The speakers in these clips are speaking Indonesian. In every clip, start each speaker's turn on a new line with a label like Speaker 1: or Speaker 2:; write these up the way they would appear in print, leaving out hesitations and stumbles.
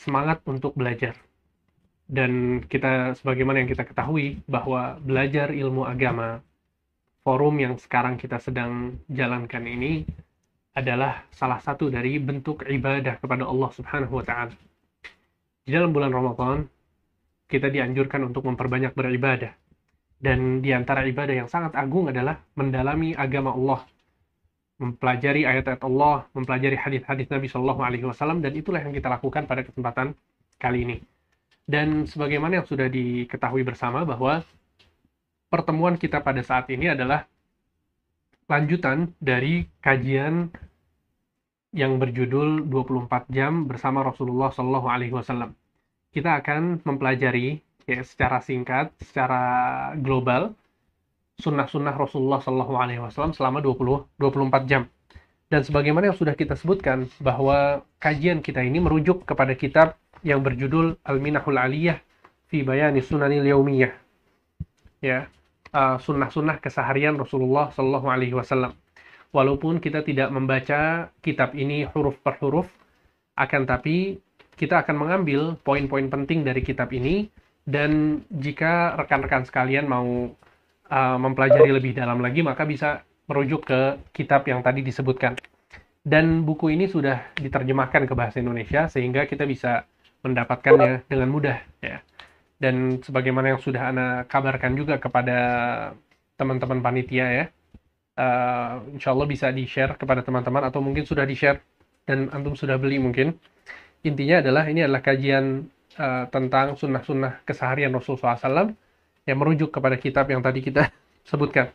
Speaker 1: semangat untuk belajar. Dan kita, sebagaimana yang kita ketahui, bahwa belajar ilmu agama, forum yang sekarang kita sedang jalankan ini, adalah salah satu dari bentuk ibadah kepada Allah Subhanahu wa Ta'ala. Di dalam bulan Ramadan, kita dianjurkan untuk memperbanyak beribadah. Dan di antara ibadah yang sangat agung adalah mendalami agama Allah, mempelajari ayat-ayat Allah, mempelajari hadis-hadis Nabi Shallallahu Alaihi Wasallam, dan itulah yang kita lakukan pada kesempatan kali ini. Dan sebagaimana yang sudah diketahui bersama bahwa pertemuan kita pada saat ini adalah lanjutan dari kajian yang berjudul 24 jam bersama Rasulullah Shallallahu Alaihi Wasallam. Kita akan mempelajari secara singkat, secara global, sunnah-sunnah Rasulullah Shallallahu Alaihi Wasallam selama 24 jam. Dan sebagaimana yang sudah kita sebutkan, bahwa kajian kita ini merujuk kepada kitab yang berjudul Al-Minahul Aliyah fi Bayani Sunanil Yaumiyah. Ya, sunnah-sunnah keseharian Rasulullah Shallallahu Alaihi Wasallam. Walaupun kita tidak membaca kitab ini huruf per huruf, akan tapi kita akan mengambil poin-poin penting dari kitab ini, dan jika rekan-rekan sekalian mau mempelajari lebih dalam lagi, maka bisa merujuk ke kitab yang tadi disebutkan. Dan buku ini sudah diterjemahkan ke bahasa Indonesia, sehingga kita bisa mendapatkannya dengan mudah. Ya. Dan sebagaimana yang sudah Ana kabarkan juga kepada teman-teman panitia, ya, insya Allah bisa di-share kepada teman-teman, atau mungkin sudah di-share dan antum sudah beli mungkin. Intinya adalah, ini adalah kajian tentang sunnah-sunnah keseharian Rasulullah SAW yang merujuk kepada kitab yang tadi kita sebutkan.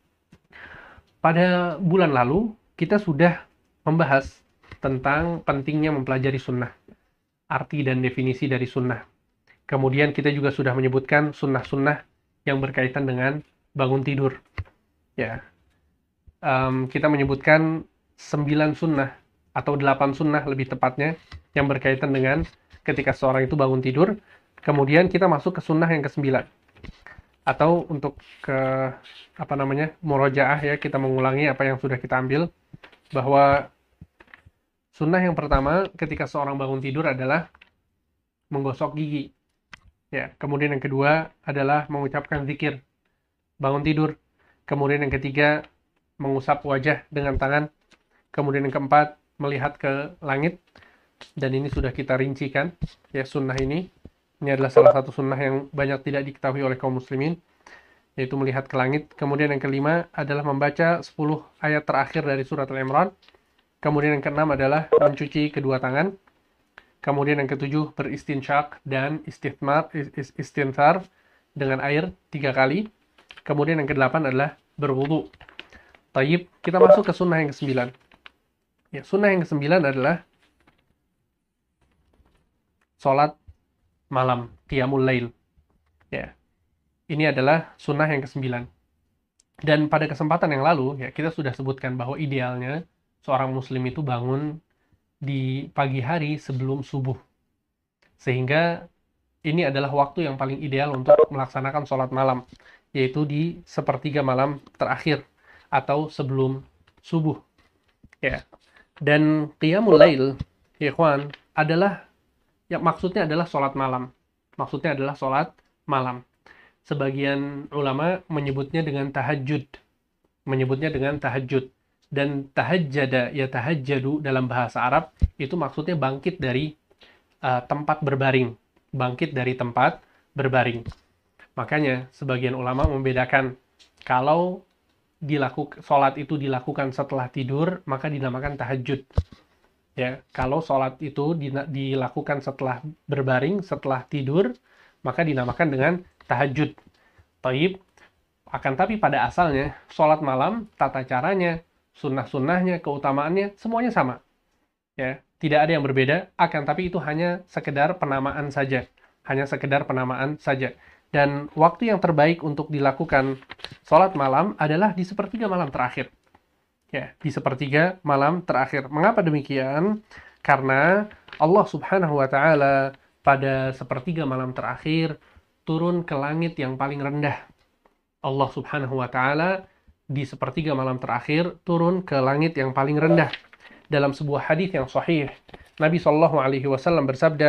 Speaker 1: Pada bulan lalu, kita sudah membahas tentang pentingnya mempelajari sunnah, arti dan definisi dari sunnah. Kemudian kita juga sudah menyebutkan sunnah-sunnah yang berkaitan dengan bangun tidur. Ya, kita menyebutkan 9 sunnah, atau 8 sunnah lebih tepatnya, yang berkaitan dengan ketika seorang itu bangun tidur. Kemudian kita masuk ke sunnah yang ke-9. Atau untuk murojaah, ya, kita mengulangi apa yang sudah kita ambil, bahwa sunnah yang pertama ketika seorang bangun tidur adalah menggosok gigi. Ya, kemudian yang kedua adalah mengucapkan zikir bangun tidur. Kemudian yang ketiga, mengusap wajah dengan tangan. Kemudian yang keempat, melihat ke langit. Dan ini sudah kita rincikan, ya, sunnah ini. Ini adalah salah satu sunnah yang banyak tidak diketahui oleh kaum muslimin, yaitu melihat ke langit. Kemudian yang kelima adalah membaca 10 ayat terakhir dari surat Al-Imran. Kemudian yang keenam adalah mencuci kedua tangan. Kemudian yang ketujuh, beristinsyak dan istinthar dengan air 3 kali. Kemudian yang kedelapan adalah berwudu. Tayyib, kita masuk ke sunnah yang ke-9. Ya, sunnah yang ke-9 adalah sholat malam, qiyamul lail. Ya, ini adalah sunnah yang ke-9. Dan pada kesempatan yang lalu, ya, kita sudah sebutkan bahwa idealnya seorang muslim itu bangun di pagi hari sebelum subuh. Sehingga ini adalah waktu yang paling ideal untuk melaksanakan sholat malam, yaitu di sepertiga malam terakhir atau sebelum subuh. Ya. Dan qiyamul lail, ya ikhwan, adalah, ya, maksudnya adalah sholat malam. Maksudnya adalah sholat malam. Sebagian ulama menyebutnya dengan tahajud. Dan tahajjada, ya tahajjadu dalam bahasa Arab, itu maksudnya bangkit dari tempat berbaring. Makanya sebagian ulama membedakan, kalau sholat itu dilakukan setelah tidur, maka dinamakan tahajud. Ya, kalau sholat itu dilakukan setelah berbaring, setelah tidur, maka dinamakan dengan tahajud. Taib. Akan tapi pada asalnya, sholat malam, tata caranya, sunnah-sunnahnya, keutamaannya, semuanya sama. Ya, tidak ada yang berbeda, akan tapi itu hanya sekedar penamaan saja. Dan waktu yang terbaik untuk dilakukan sholat malam adalah di sepertiga malam terakhir. Ya, di sepertiga malam terakhir. Mengapa demikian? Karena Allah Subhanahu wa Ta'ala pada sepertiga malam terakhir turun ke langit yang paling rendah. Allah Subhanahu wa Ta'ala di sepertiga malam terakhir turun ke langit yang paling rendah. Dalam sebuah hadis yang sahih, Nabi Shallallahu Alaihi Wasallam bersabda,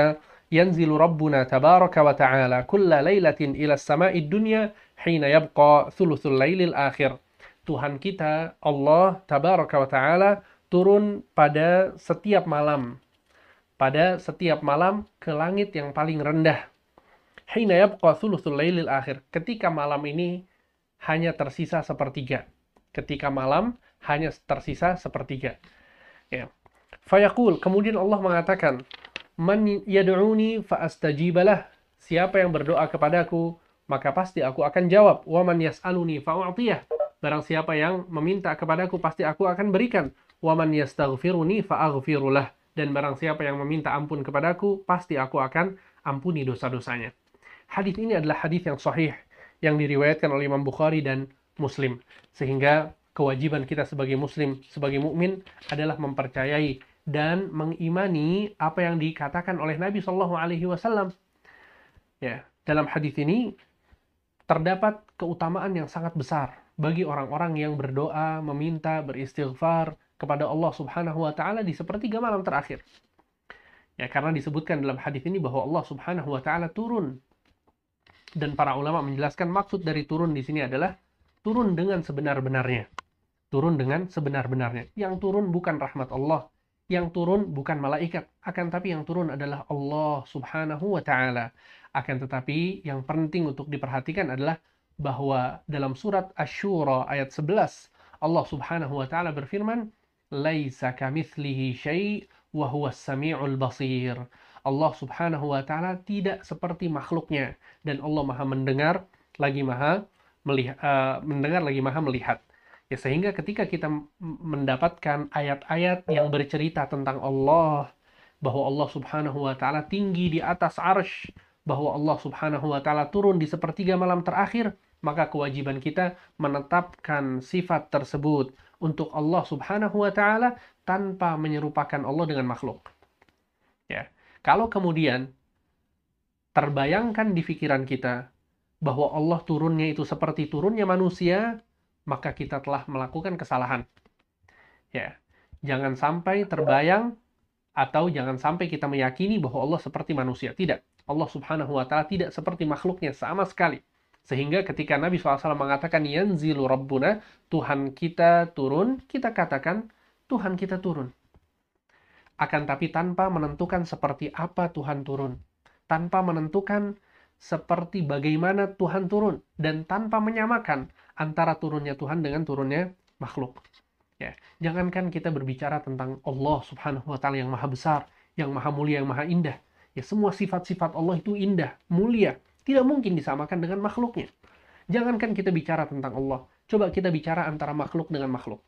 Speaker 1: yanzilu rabbuna tabaraka wa ta'ala kulla lailatin ila sama'id dunya hina yabqa thuluthul lailil akhir. Tuhan kita, Allah tabaraka wa ta'ala, turun pada setiap malam. Pada setiap malam ke langit yang paling rendah. Hina yabqa thuluthul lailil akhir. Ketika malam ini hanya tersisa sepertiga. Ketika malam hanya tersisa sepertiga. Ya. Fayaqul, kemudian Allah mengatakan, Man yad'uni fa'astajibalah. Siapa yang berdoa kepadaku, maka pasti aku akan jawab. Wa man yas'aluni fa'u'tiyah. Barang siapa yang meminta kepadaku, pasti aku akan berikan. Wa man yastaghfiruni fa'aghfirulah. Dan barang siapa yang meminta ampun kepadaku, pasti aku akan ampuni dosa-dosanya. Hadis ini adalah hadis yang sahih, yang diriwayatkan oleh Imam Bukhari dan Muslim. Sehingga kewajiban kita sebagai muslim, sebagai mukmin adalah mempercayai dan mengimani apa yang dikatakan oleh Nabi Shallallahu Alaihi Wasallam. Ya, dalam hadis ini terdapat keutamaan yang sangat besar bagi orang-orang yang berdoa, meminta, beristighfar kepada Allah Subhanahu Wa Taala di sepertiga malam terakhir. Ya, karena disebutkan dalam hadis ini bahwa Allah Subhanahu Wa Taala turun, dan para ulama menjelaskan maksud dari turun di sini adalah turun dengan sebenar-benarnya. Turun dengan sebenar-benarnya. Yang turun bukan rahmat Allah, yang turun bukan malaikat, akan tapi yang turun adalah Allah Subhanahu wa Ta'ala. Akan tetapi yang penting untuk diperhatikan adalah bahwa dalam surat Asy-Syura ayat 11 Allah Subhanahu wa Ta'ala berfirman, "Laisa kamitslihi syai' wa huwas samiul basir." Allah Subhanahu wa Ta'ala tidak seperti makhluknya, dan Allah Maha mendengar lagi Maha melihat. Ya, sehingga ketika kita mendapatkan ayat-ayat yang bercerita tentang Allah, bahwa Allah Subhanahu wa Ta'ala tinggi di atas arsy, bahwa Allah Subhanahu wa Ta'ala turun di sepertiga malam terakhir, maka kewajiban kita menetapkan sifat tersebut untuk Allah Subhanahu wa Ta'ala tanpa menyerupakan Allah dengan makhluk. Ya. Kalau kemudian terbayangkan di pikiran kita bahwa Allah turunnya itu seperti turunnya manusia, maka kita telah melakukan kesalahan. Ya, jangan sampai terbayang atau jangan sampai kita meyakini bahwa Allah seperti manusia. Tidak. Allah Subhanahu wa Ta'ala tidak seperti makhluknya sama sekali. Sehingga ketika Nabi SAW mengatakan yanzilu rabbuna, Tuhan kita turun, kita katakan Tuhan kita turun. Akan tapi tanpa menentukan seperti apa Tuhan turun. Tanpa menentukan seperti bagaimana Tuhan turun. Dan tanpa menyamakan antara turunnya Tuhan dengan turunnya makhluk. Ya, jangankan kita berbicara tentang Allah Subhanahu wa Ta'ala yang maha besar, yang maha mulia, yang maha indah. Ya, semua sifat-sifat Allah itu indah, mulia, tidak mungkin disamakan dengan makhluknya. Jangankan kita bicara tentang Allah, coba kita bicara antara makhluk dengan makhluk.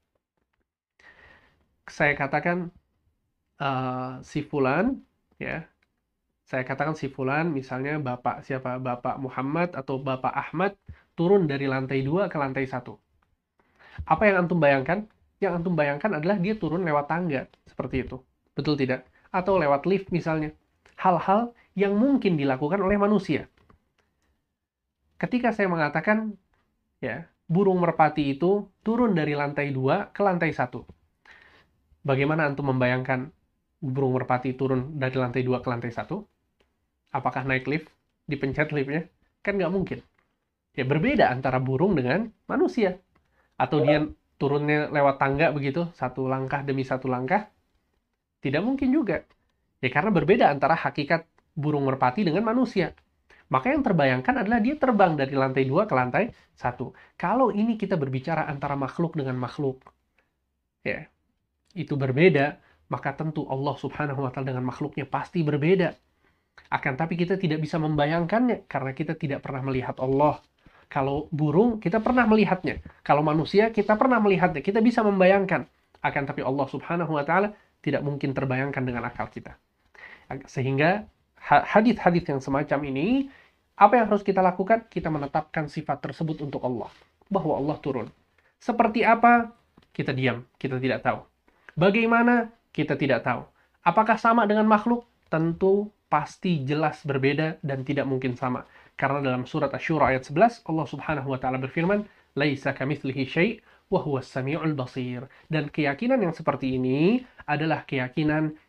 Speaker 1: Saya katakan si fulan, ya. Saya katakan si fulan, misalnya Bapak siapa? Bapak Muhammad atau Bapak Ahmad turun dari lantai 2 ke lantai 1. Apa yang antum bayangkan? Yang antum bayangkan adalah dia turun lewat tangga, seperti itu. Betul tidak? Atau lewat lift misalnya. Hal-hal yang mungkin dilakukan oleh manusia. Ketika saya mengatakan, ya, burung merpati itu turun dari lantai 2 ke lantai 1. Bagaimana antum membayangkan burung merpati turun dari lantai 2 ke lantai 1? Apakah naik lift? Dipencet liftnya? Kan nggak mungkin. Ya, berbeda antara burung dengan manusia. Atau dia turunnya lewat tangga begitu, satu langkah demi satu langkah. Tidak mungkin juga. Ya, karena berbeda antara hakikat burung merpati dengan manusia. Maka yang terbayangkan adalah dia terbang dari lantai 2 ke lantai 1. Kalau ini kita berbicara antara makhluk dengan makhluk, ya, itu berbeda, maka tentu Allah Subhanahu wa Ta'ala dengan makhluknya pasti berbeda. Akan tapi kita tidak bisa membayangkannya karena kita tidak pernah melihat Allah. Kalau burung kita pernah melihatnya, kalau manusia kita pernah melihatnya, kita bisa membayangkan. Akan tapi Allah Subhanahu wa Ta'ala tidak mungkin terbayangkan dengan akal kita. Sehingga hadis-hadis yang semacam ini, apa yang harus kita lakukan? Kita menetapkan sifat tersebut untuk Allah, bahwa Allah turun. Seperti apa? Kita diam, kita tidak tahu. Bagaimana? Kita tidak tahu. Apakah sama dengan makhluk? Tentu pasti jelas berbeda dan tidak mungkin sama. Karena dalam surat Asy-Syura ayat 11 Allah Subhanahu wa Ta'ala berfirman, "Laisa kamitslihi syai' wa huwas samiul basir." Dan keyakinan yang seperti ini adalah keyakinan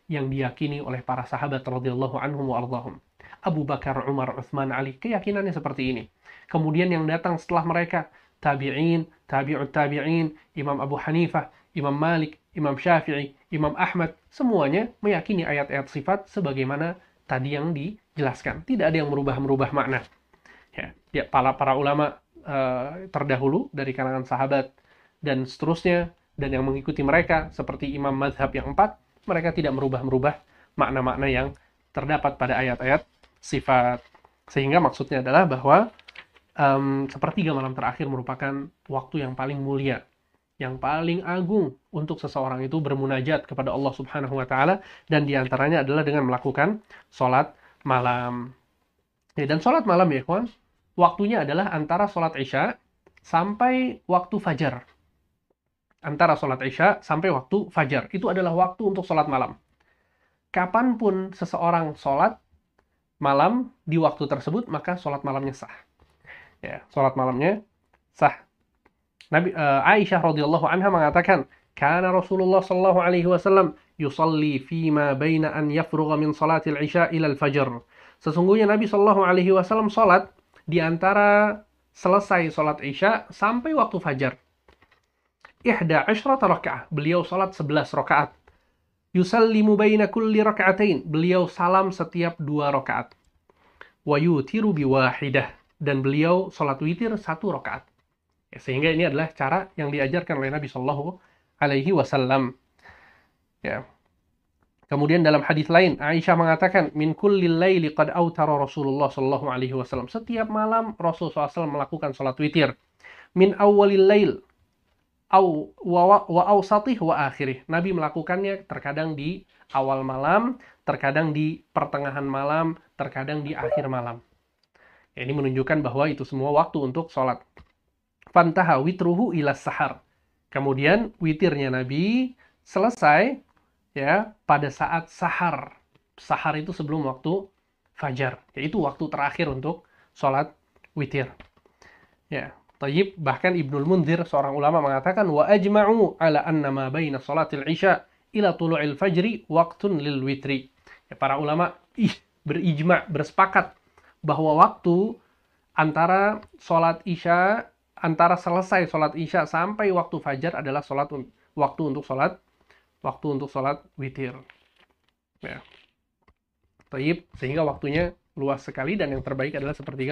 Speaker 1: yang diyakini oleh para sahabat radhiyallahu anhum wa ardhahum. Abu Bakar, Umar, Utsman, Ali, keyakinannya seperti ini. Kemudian yang datang setelah mereka, tabi'in, tabi'ut tabi'in, Imam Abu Hanifah, Imam Malik, Imam Syafi'i, Imam Ahmad, semuanya meyakini ayat-ayat sifat sebagaimana tadi yang dijelaskan. Tidak ada yang merubah-merubah makna. Ya, para ulama terdahulu dari kalangan sahabat dan seterusnya, dan yang mengikuti mereka, seperti imam mazhab yang 4, mereka tidak merubah-merubah makna-makna yang terdapat pada ayat-ayat sifat. Sehingga maksudnya adalah bahwa sepertiga malam terakhir merupakan waktu yang paling mulia, yang paling agung untuk seseorang itu bermunajat kepada Allah Subhanahu wa Ta'ala, dan diantaranya adalah dengan melakukan sholat malam. Ya, dan sholat malam ya kawan, waktunya adalah antara sholat Isya sampai waktu fajar. Antara sholat Isya sampai waktu fajar. Itu adalah waktu untuk sholat malam. Kapanpun seseorang sholat malam di waktu tersebut, maka sholat malamnya sah. Ya, sholat malamnya sah. Aisyah radhiyallahu anha mengatakan, "Kana Rasulullah sallallahu alaihi wasallam yusalli fima baina an yafrugha min salatil isya ila al-fajr." Sesungguhnya Nabi sallallahu alaihi wasallam salat di antara selesai salat Isya sampai waktu fajar. 11 rakaat. Beliau salat 11 rakaat. Yusallimu baina kulli raka'atain. Beliau salam setiap 2 rakaat. Wa yutiru biwahidah. Dan beliau salat witir 1 rakaat. Ya, sehingga ini adalah cara yang diajarkan oleh Nabi sallallahu alaihi wasallam. Ya. Kemudian dalam hadis lain, Aisyah mengatakan, "Min kullil laili qad autara Rasulullah sallallahu alaihi wasallam." Setiap malam Rasulullah SAW melakukan salat witir. Min awwalil lail wa awsatih wa akhirih. Nabi melakukannya terkadang di awal malam, terkadang di pertengahan malam, terkadang di akhir malam. Ya, ini menunjukkan bahwa itu semua waktu untuk salat. Fantaha witruhu ila sahar. Kemudian witirnya Nabi selesai ya pada saat sahar. Sahar itu sebelum waktu fajar, yaitu waktu terakhir untuk sholat witir. Ya, tayyib, bahkan Ibnul Munzir seorang ulama mengatakan wa ajma'u ala anna ma baina sholatil isya ila tulu'il fajri waqtun lil witri. Ya, para ulama berijma', bersepakat bahwa waktu antara sholat isya, antara selesai sholat isya sampai waktu fajar adalah waktu untuk sholat witir. Ya. Taib, sehingga waktunya luas sekali dan yang terbaik adalah sepertiga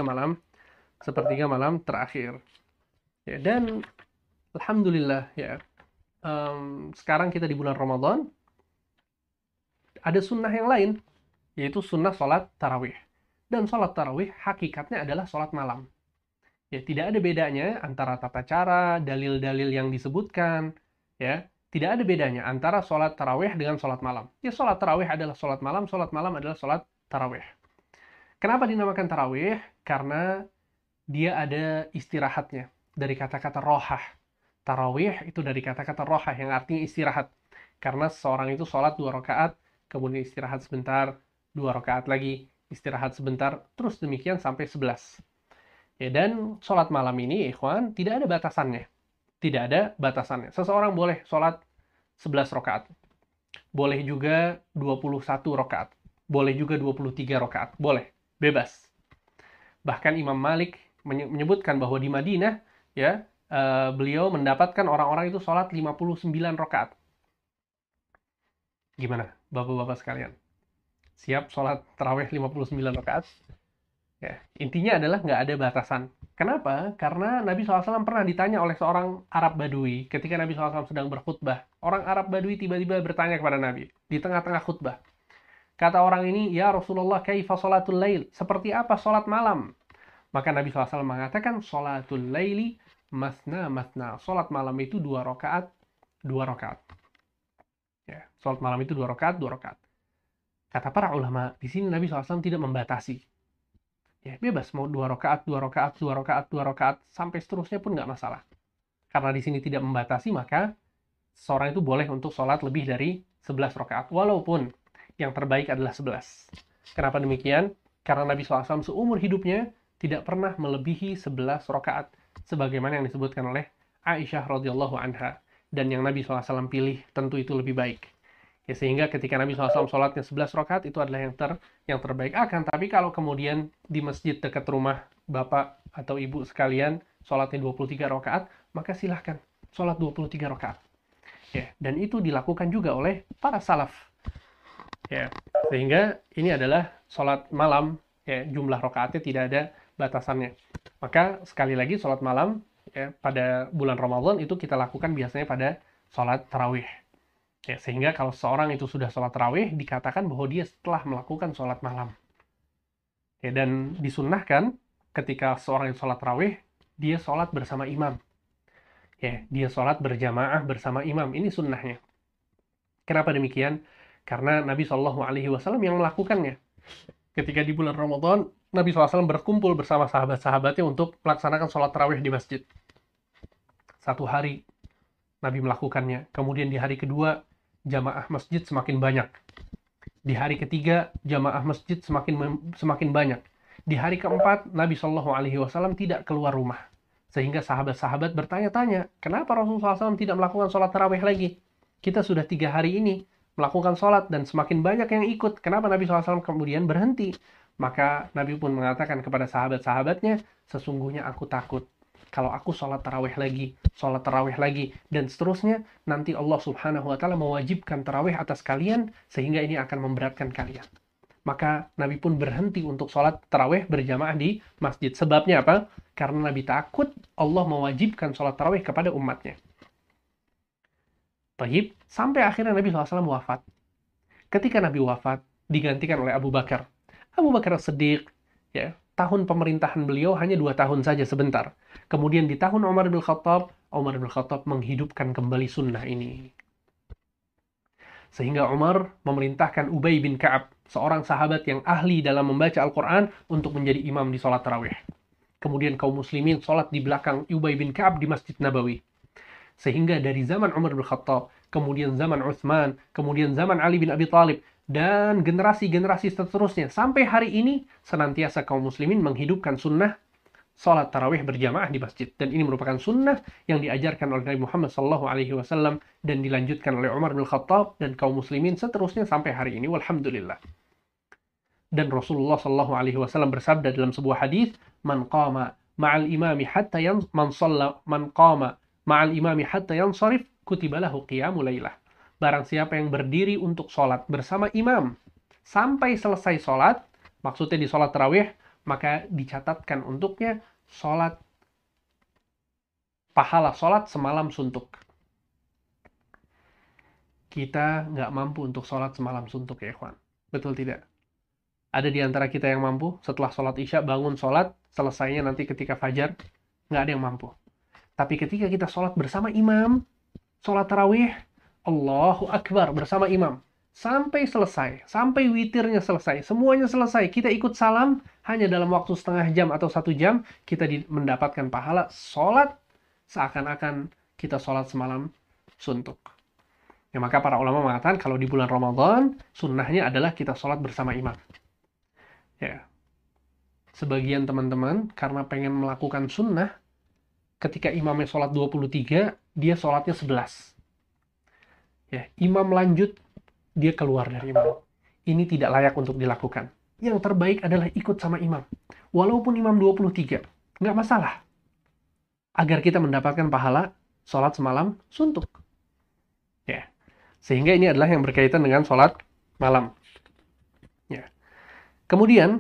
Speaker 1: malam terakhir. Ya, dan alhamdulillah ya, sekarang kita di bulan Ramadan, ada sunnah yang lain, yaitu sunnah sholat tarawih. Dan sholat tarawih hakikatnya adalah sholat malam. Ya, tidak ada bedanya antara tata cara, dalil-dalil yang disebutkan, ya. Tidak ada bedanya antara sholat tarawih dengan sholat malam. Ya, sholat tarawih adalah sholat malam adalah sholat tarawih. Kenapa dinamakan tarawih? Karena dia ada istirahatnya. Dari kata-kata rohah. Tarawih itu dari kata-kata rohah yang artinya istirahat. Karena seseorang itu sholat 2 rakaat, kemudian istirahat sebentar, 2 rakaat lagi, istirahat sebentar, terus demikian sampai 11. Ya, dan sholat malam ini, ikhwan, tidak ada batasannya. Tidak ada batasannya. Seseorang boleh sholat 11 rakaat. Boleh juga 21 rakaat. Boleh juga 23 rakaat. Boleh. Bebas. Bahkan Imam Malik menyebutkan bahwa di Madinah, ya, beliau mendapatkan orang-orang itu sholat 59 rakaat. Gimana, bapak-bapak sekalian? Siap sholat tarawih 59 rakaat? Ya, intinya adalah nggak ada batasan. Kenapa? Karena Nabi SAW pernah ditanya oleh seorang Arab Badui ketika Nabi SAW sedang berkhutbah. Orang Arab Badui tiba-tiba bertanya kepada Nabi di tengah-tengah khutbah. Kata orang ini, "Ya Rasulullah, kaifa sholatul lail?" Seperti apa sholat malam? Maka Nabi SAW mengatakan, "Sholatul laili masna masna." Sholat malam itu 2 rakaat, 2 rakaat. Ya, sholat malam itu 2 rakaat, 2 rakaat. Kata para ulama, di sini Nabi SAW tidak membatasi. Ya, bebas mau 2 rakaat, 2 rakaat, 2 rakaat, 2 rakaat, sampai seterusnya pun nggak masalah. Karena di sini tidak membatasi, maka seorang itu boleh untuk sholat lebih dari 11 rakaat. Walaupun yang terbaik adalah 11. Kenapa demikian? Karena Nabi SAW seumur hidupnya tidak pernah melebihi 11 rakaat. Sebagaimana yang disebutkan oleh Aisyah radhiyallahu anha. Dan yang Nabi SAW pilih tentu itu lebih baik. Ya, sehingga ketika Nabi SAW sholatnya 11 rakaat itu adalah yang terbaik. Tapi kalau kemudian di masjid dekat rumah bapak atau ibu sekalian sholatnya 23 rakaat, maka silahkan sholat 23 rakaat. Ya, dan itu dilakukan juga oleh para salaf. Ya, sehingga ini adalah sholat malam, ya, jumlah rakaatnya tidak ada batasannya. Maka sekali lagi sholat malam, ya, pada bulan Ramadan itu kita lakukan biasanya pada sholat tarawih. Ya, sehingga kalau seorang itu sudah sholat tarawih, dikatakan bahwa dia setelah melakukan sholat malam. Ya, dan disunnahkan ketika seorang yang sholat tarawih, dia sholat bersama imam. Ya, dia sholat berjamaah bersama imam. Ini sunnahnya. Kenapa demikian? Karena Nabi Shallallahu Alaihi Wasallam yang melakukannya. Ketika di bulan Ramadan, Nabi SAW berkumpul bersama sahabat-sahabatnya untuk melaksanakan sholat tarawih di masjid. Satu hari Nabi melakukannya. Kemudian di hari kedua, jamaah masjid semakin banyak. Di hari ketiga, jamaah masjid semakin banyak. Di hari keempat, Nabi Shallallahu Alaihi Wasallam tidak keluar rumah. Sehingga sahabat-sahabat bertanya-tanya, kenapa Rasulullah SAW tidak melakukan sholat tarawih lagi? Kita sudah 3 hari ini melakukan sholat dan semakin banyak yang ikut. Kenapa Nabi SAW kemudian berhenti? Maka Nabi pun mengatakan kepada sahabat-sahabatnya, sesungguhnya aku takut kalau aku sholat tarawih lagi, dan seterusnya, nanti Allah Subhanahu wa Ta'ala mewajibkan tarawih atas kalian, sehingga ini akan memberatkan kalian. Maka Nabi pun berhenti untuk sholat tarawih berjamaah di masjid. Sebabnya apa? Karena Nabi takut Allah mewajibkan sholat tarawih kepada umatnya. Taib, sampai akhirnya Nabi SAW wafat. Ketika Nabi wafat, digantikan oleh Abu Bakar. Abu Bakar As-Siddiq, ya, tahun pemerintahan beliau hanya 2 tahun saja, sebentar. Kemudian di tahun Umar bin Khattab menghidupkan kembali sunnah ini. Sehingga Umar memerintahkan Ubay bin Ka'ab, seorang sahabat yang ahli dalam membaca Al-Quran, untuk menjadi imam di sholat tarawih. Kemudian kaum muslimin sholat di belakang Ubay bin Ka'ab di Masjid Nabawi. Sehingga dari zaman Umar bin Khattab, kemudian zaman Utsman, kemudian zaman Ali bin Abi Thalib, dan generasi-generasi seterusnya, sampai hari ini, senantiasa kaum muslimin menghidupkan sunnah sholat tarawih berjamaah di masjid. Dan ini merupakan sunnah yang diajarkan oleh Nabi Muhammad SAW dan dilanjutkan oleh Umar bin Khattab dan kaum muslimin seterusnya sampai hari ini. Walhamdulillah. Dan Rasulullah SAW bersabda dalam sebuah hadis, man qama ma'al imami hatta man qama ma'al imami hatta yansarif kutiba lahu qiyamul lailah. Barang siapa yang berdiri untuk sholat bersama imam sampai selesai sholat, maksudnya di sholat tarawih, maka dicatatkan untuknya pahala sholat semalam suntuk. Kita nggak mampu untuk sholat semalam suntuk, ya ikhwan. Betul tidak? Ada di antara kita yang mampu setelah sholat isya bangun sholat, selesainya nanti ketika fajar, nggak ada yang mampu. Tapi ketika kita sholat bersama imam, sholat tarawih, Allahu Akbar bersama imam, sampai selesai, sampai witirnya selesai, semuanya selesai, kita ikut salam, hanya dalam waktu setengah jam atau 1 jam, kita mendapatkan pahala sholat seakan-akan kita sholat semalam suntuk. Ya, maka para ulama mengatakan kalau di bulan Ramadan, sunnahnya adalah kita sholat bersama imam. Ya, sebagian teman-teman karena pengen melakukan sunnah, ketika imamnya sholat 23, dia sholatnya 11. Ya, imam lanjut, dia keluar dari imam. Ini tidak layak untuk dilakukan. Yang terbaik adalah ikut sama imam. Walaupun imam 23, nggak masalah. Agar kita mendapatkan pahala sholat semalam suntuk. Ya, sehingga ini adalah yang berkaitan dengan sholat malam. Ya. Kemudian,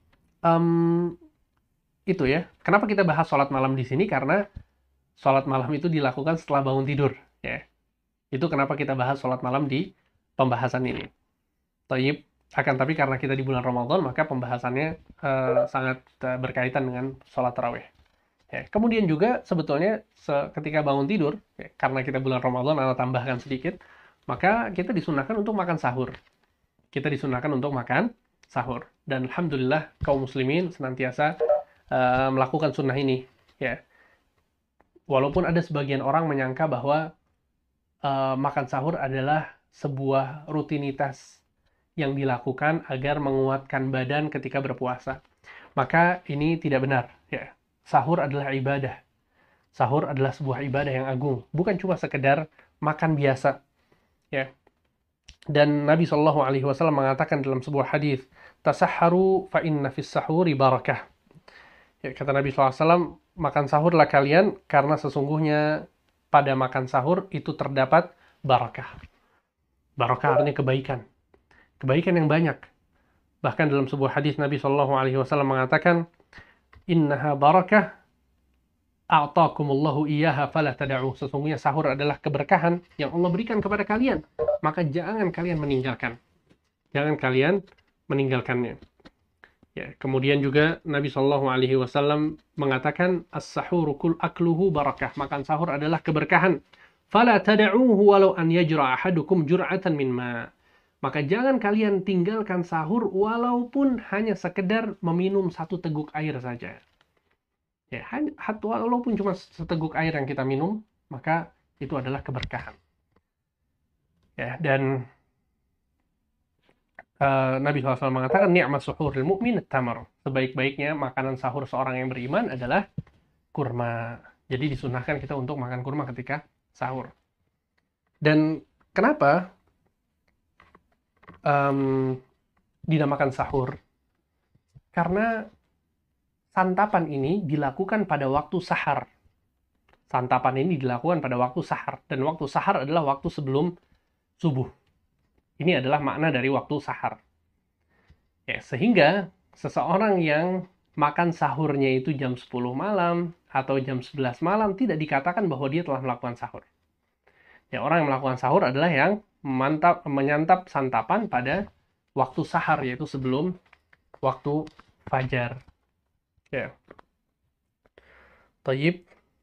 Speaker 1: itu ya. Kenapa kita bahas sholat malam di sini? Karena sholat malam itu dilakukan setelah bangun tidur. Ya. Itu kenapa kita bahas sholat malam di pembahasan ini. Tapi karena kita di bulan Ramadan, maka pembahasannya sangat berkaitan dengan sholat tarawih. Ya. Kemudian juga sebetulnya ketika bangun tidur, ya, karena kita bulan Ramadan, Anda tambahkan sedikit, maka kita disunahkan untuk makan sahur. Dan alhamdulillah kaum muslimin senantiasa melakukan sunnah ini, ya. Walaupun ada sebagian orang menyangka bahwa makan sahur adalah sebuah rutinitas yang dilakukan agar menguatkan badan ketika berpuasa. Maka ini tidak benar, ya. Sahur adalah ibadah. Sahur adalah sebuah ibadah yang agung, bukan cuma sekedar makan biasa, ya. Dan Nabi Shallallahu Alaihi Wasallam mengatakan dalam sebuah hadis, tasahharu fa inna fis sahuri barakah. Ya, kata Nabi SAW, makan sahurlah kalian karena sesungguhnya pada makan sahur itu terdapat barakah. Barakah artinya kebaikan. Kebaikan yang banyak. Bahkan dalam sebuah hadis Nabi Shallallahu Alaihi Wasallam mengatakan, innaha barakah a'taakumullahu iyyaha fala tada'u. Sesungguhnya sahur adalah keberkahan yang Allah berikan kepada kalian, maka jangan kalian meninggalkan. Jangan kalian meninggalkannya. Ya, kemudian juga Nabi Shallallahu Alaihi Wasallam mengatakan as-sahuru kul akluhu barakah, makan sahur adalah keberkahan. Fala tada'uhu walau an yajra ahadukum jur'atan min ma. Maka jangan kalian tinggalkan sahur walaupun hanya sekedar meminum satu teguk air saja. Ya, walaupun cuma seteguk air yang kita minum, maka itu adalah keberkahan. Ya, dan Nabi SAW mengatakan ni'mat suhuril mu'min tamar. Sebaik-baiknya makanan sahur seorang yang beriman adalah kurma. Jadi disunahkan kita untuk makan kurma ketika sahur. Dan kenapa dinamakan sahur? Karena santapan ini dilakukan pada waktu sahar. Santapan ini dilakukan pada waktu sahar. Dan waktu sahar adalah waktu sebelum subuh. Ini adalah makna dari waktu sahar. Ya, sehingga seseorang yang makan sahurnya itu jam 10 malam atau jam 11 malam tidak dikatakan bahwa dia telah melakukan sahur. Ya, orang yang melakukan sahur adalah yang menyantap santapan pada waktu sahar, yaitu sebelum waktu fajar. Ya. Tayyib.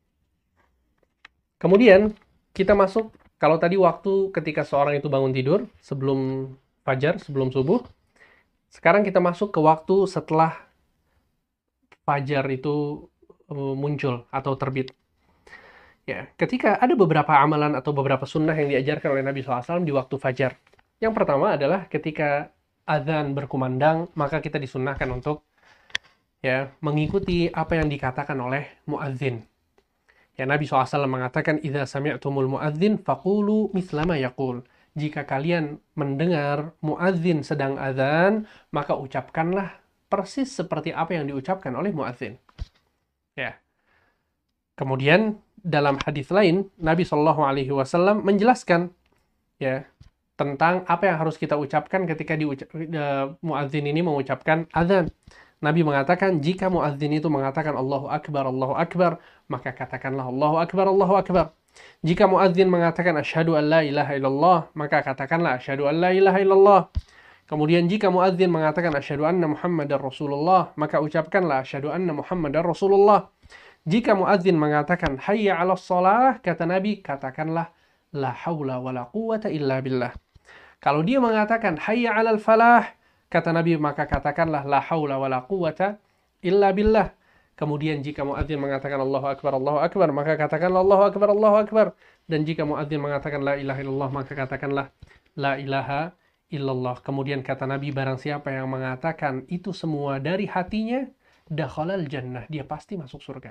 Speaker 1: Kemudian kita masuk. Kalau tadi waktu ketika seorang itu bangun tidur, sebelum fajar, sebelum subuh, sekarang kita masuk ke waktu setelah fajar itu muncul atau terbit. Ya, ketika ada beberapa amalan atau beberapa sunnah yang diajarkan oleh Nabi SAW di waktu fajar. Yang pertama adalah ketika azan berkumandang, maka kita disunnahkan untuk ya mengikuti apa yang dikatakan oleh muadzin. Ya, Nabi SAW mengatakan, "Idza sami'tumul muadzin faqulu mithla ma yaqul." Jika kalian mendengar muadzin sedang azan, maka ucapkanlah persis seperti apa yang diucapkan oleh muadzin. Ya. Kemudian dalam hadis lain, Nabi Shallallahu Alaihi Wasallam menjelaskan ya tentang apa yang harus kita ucapkan ketika muadzin ini mengucapkan azan. Nabi mengatakan, jika muadzin itu mengatakan Allahu Akbar, maka katakanlah Allahu Akbar, Allahu Akbar. Jika muadzin mengatakan asyhadu an la ilaha illallah, maka katakanlah asyhadu an la ilaha illallah. Kemudian jika muadzin mengatakan asyhadu anna Muhammadar Rasulullah, maka ucapkanlah asyhadu anna Muhammadar Rasulullah. Jika muadzin mengatakan hayya 'alas shalah, kata Nabi, katakanlah la haula wala quwwata illa billah. Kalau dia mengatakan hayya 'alal falah, kata Nabi, maka katakanlah la haula wala quwwata illa billah. Kemudian jika muadzin mengatakan Allahu Akbar, maka katakanlah Allahu Akbar, Allahu Akbar. Dan jika muadzin mengatakan la ilaha illallah, maka katakanlah la ilaha illallah. Kemudian kata Nabi, barang siapa yang mengatakan itu semua dari hatinya, dakhalal jannah, dia pasti masuk surga.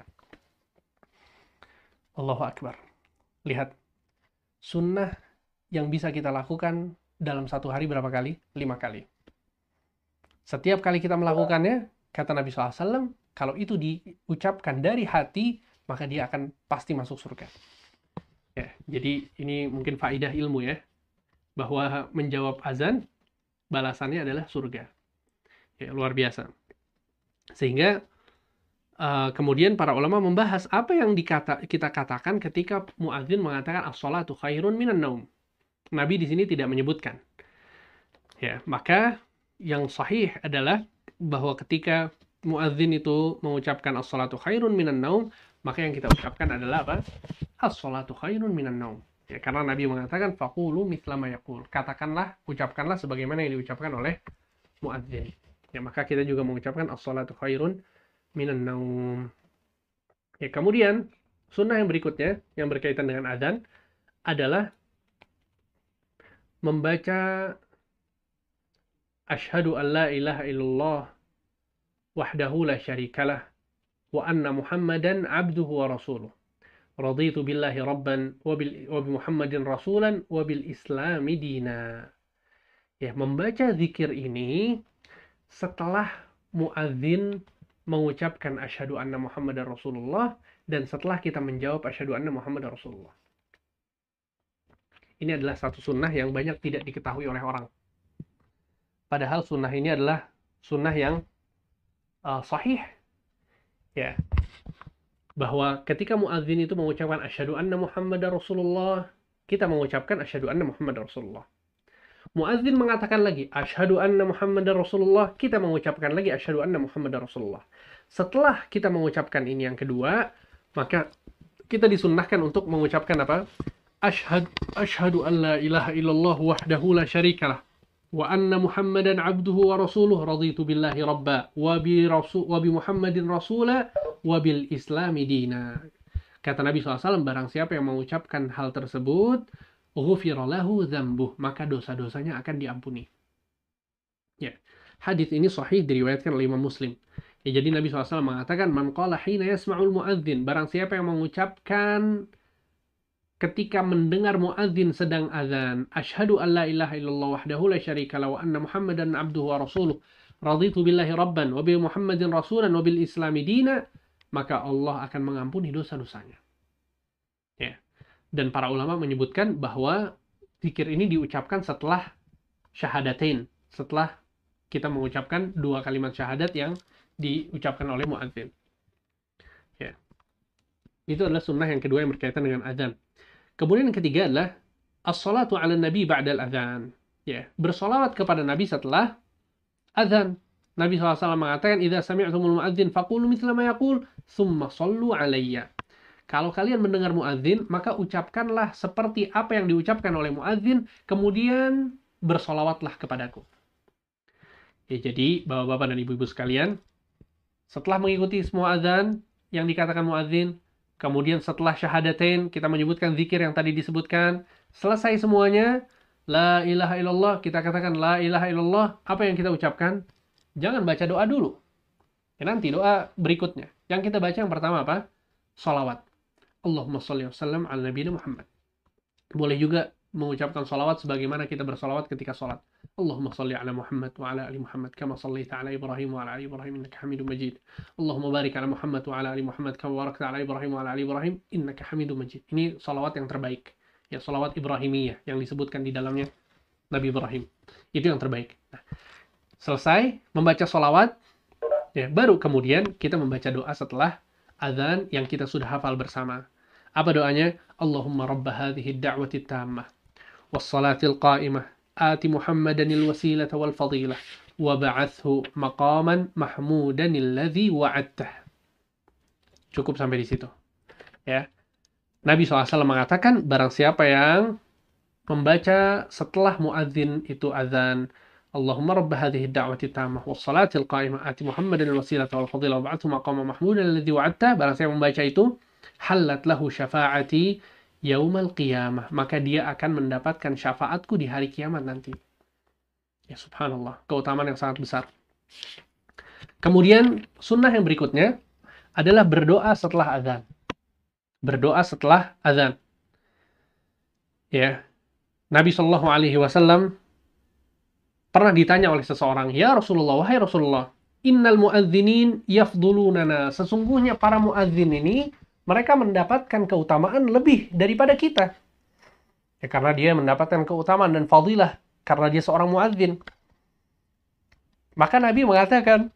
Speaker 1: Allahu Akbar. Lihat, sunnah yang bisa kita lakukan dalam satu hari berapa kali? 5 kali. Setiap kali kita melakukannya, kata Nabi SAW, kalau itu diucapkan dari hati, maka dia akan pasti masuk surga. Ya, jadi ini mungkin faidah ilmu ya, bahwa menjawab azan, balasannya adalah surga. Ya, luar biasa. Sehingga kemudian para ulama membahas apa yang kita katakan ketika muadzin mengatakan as-shalatu khairun minan naum. Nabi di sini tidak menyebutkan. Ya, maka yang sahih adalah bahwa ketika muadzin itu mengucapkan as-shalatu khairun minan naum, maka yang kita ucapkan adalah apa? As-shalatu khairun minan naum. Ya, karena Nabi mengatakan faqulu mithla ma yaqul. Katakanlah, ucapkanlah sebagaimana yang diucapkan oleh muadzin. Ya, maka kita juga mengucapkan as-shalatu khairun minan naum. Ya, kemudian sunnah yang berikutnya yang berkaitan dengan azan adalah membaca asyhadu an la ilaha illallah wahdahu la syarikalah wa anna Muhammadan abduhu wa rasuluh. Raditu billahi rabban wa bi Muhammadin rasulan wa bil islami dina. Ya, membaca zikir ini setelah muadzin mengucapkan asyhadu anna Muhammadar Rasulullah dan setelah kita menjawab asyhadu anna Muhammadar Rasulullah. Ini adalah satu sunnah yang banyak tidak diketahui oleh orang. Padahal sunnah ini adalah sunnah yang sahih. Ya, bahwa ketika muadzin itu mengucapkan asyhadu anna Muhammadar Rasulullah, kita mengucapkan asyhadu anna Muhammadar Rasulullah. Muadzin mengatakan lagi asyhadu anna Muhammadar Rasulullah, kita mengucapkan lagi asyhadu anna Muhammadar Rasulullah. Setelah kita mengucapkan ini yang kedua, maka kita disunnahkan untuk mengucapkan apa? Asyhadu an la ilaha illallah wahdahu la syarikalah wa anna Muhammadan abduhu wa rasuluh raditu billahi rabba wa bi Muhammadin rasula wa bil islami dina. Kata Nabi SAW, barang siapa yang mengucapkan hal tersebut, ghufira lahu dzambuh, maka dosa-dosanya akan diampuni. Ya. Hadis ini sahih diriwayatkan oleh Imam Muslim. Ya, jadi Nabi SAW mengatakan, man qala hina yasma'ul muadzin, barang siapa yang mengucapkan ketika mendengar muadzin sedang azan, asyhadu an la ilaha illallah wahdahu la syarika lahu wa anna Muhammadan abduhu wa rasuluh, raditu billahi rabban wa bi Muhammadin rasulan wa bil islami dina, maka Allah akan mengampuni dosa-dosanya. Ya. Dan para ulama menyebutkan bahwa zikir ini diucapkan setelah syahadatain, setelah kita mengucapkan dua kalimat syahadat yang diucapkan oleh muadzin. Ya. Itu adalah sunnah yang kedua yang berkaitan dengan azan. Kemudian yang ketiga adalah as-salatu 'ala nabi ba'dal adzan. Ya, bersolawat kepada Nabi setelah azan. Nabi SAW mengatakan, "Idza sami'tumul muadzin faqulu mithla ma yaqul, tsumma shallu 'alayya." Kalau kalian mendengar muadzin, maka ucapkanlah seperti apa yang diucapkan oleh muadzin, kemudian bersolawatlah kepadaku. Ya, jadi bapak-bapak dan ibu-ibu sekalian, setelah mengikuti semua azan yang dikatakan muadzin, kemudian setelah syahadatain, kita menyebutkan zikir yang tadi disebutkan. Selesai semuanya, la ilaha illallah, kita katakan la ilaha illallah. Apa yang kita ucapkan? Jangan baca doa dulu. Ya, nanti doa berikutnya. Yang kita baca yang pertama apa? Salawat. Allahumma sholli wa sallam ala nabiyina Muhammad. Boleh juga mengucapkan salawat sebagaimana kita bersalawat ketika sholat. Allahumma sholli ala Muhammad wa ala ali Muhammad kama shallaita ala Ibrahim wa ala ali Ibrahim innaka Hamidum Majid. Allahumma barik ala Muhammad wa ala ali Muhammad kama barakta ala Ibrahim wa ala ali Ibrahim innaka Hamidum Majid. Ini salawat yang terbaik. Ya, salawat Ibrahimiyah yang disebutkan di dalamnya Nabi Ibrahim. Itu yang terbaik. Nah, selesai membaca salawat, ya, baru kemudian kita membaca doa setelah azan yang kita sudah hafal bersama. Apa doanya? Allahumma rabba hadhihi ad-da'wati at-tammah was-salatil qa'imah آت محمدا الوسيلة والفضيلة وبعثه مقاما محمودا الذي وعدته. Cukup sampai di situ. Ya. Nabi SAW mengatakan, barang siapa yang membaca setelah muadzin itu azan, Allahumma rabb hadhihi ad-da'wati tammah was-salatil qa'imah ati Muhammadan al-wasilata wal fadilah wa ba'athu maqaman mahmudan alladhi wa'adta, barang siapa membaca itu, halat lahu syafa'ati yaumal qiyamah, maka dia akan mendapatkan syafaatku di hari kiamat nanti. Ya, subhanallah, keutamaan yang sangat besar. Kemudian sunnah yang berikutnya adalah berdoa setelah azan. Berdoa setelah azan. Ya. Nabi Shallallahu alaihi wasallam pernah ditanya oleh seseorang, "Ya Rasulullah, wahai Rasulullah, innal muadzinin yafdulunana." Sesungguhnya para muadzin ini mereka mendapatkan keutamaan lebih daripada kita. Ya, karena dia mendapatkan keutamaan dan fadilah karena dia seorang muadzin. Maka Nabi mengatakan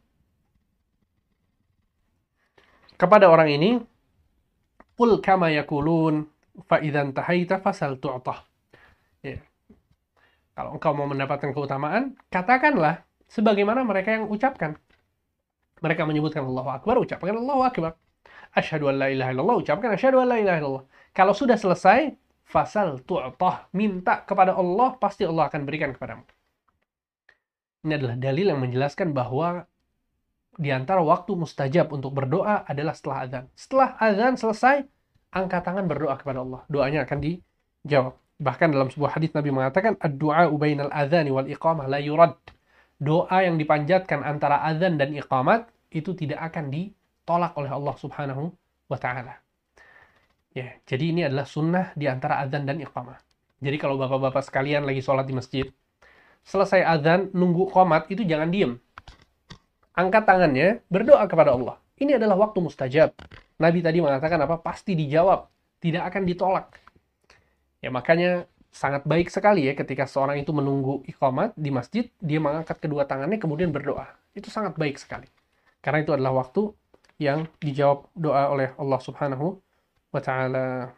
Speaker 1: kepada orang ini, "Qul kama yakulun fa idzan tahaita fasal tu'tah." Ya. Kalau engkau mau mendapatkan keutamaan, katakanlah sebagaimana mereka yang ucapkan. Mereka menyebutkan Allahu Akbar, ucapkan Allahu Akbar. Asyhadu an la ilaha illallah, ucapkan asyhadu an la ilaha illallah. Kalau sudah selesai, fasal tu'tah, minta kepada Allah, pasti Allah akan berikan kepadamu. Ini adalah dalil yang menjelaskan bahwa di antara waktu mustajab untuk berdoa adalah setelah azan. Setelah azan selesai, angkat tangan berdoa kepada Allah. Doanya akan dijawab. Bahkan dalam sebuah hadis Nabi mengatakan, ad-du'a bainal adzani wal iqamah la yurad. Doa yang dipanjatkan antara azan dan iqamat itu tidak akan ditolak oleh Allah Subhanahu wa taala. Ya, jadi ini adalah sunnah di antara azan dan iqamah. Jadi kalau bapak-bapak sekalian lagi sholat di masjid, selesai azan, nunggu qomat, itu jangan diem. Angkat tangannya, berdoa kepada Allah. Ini adalah waktu mustajab. Nabi tadi mengatakan apa? Pasti dijawab, tidak akan ditolak. Ya makanya sangat baik sekali ya ketika seorang itu menunggu iqamat di masjid, dia mengangkat kedua tangannya kemudian berdoa. Itu sangat baik sekali. Karena itu adalah waktu yang dijawab doa oleh Allah Subhanahu wa taala.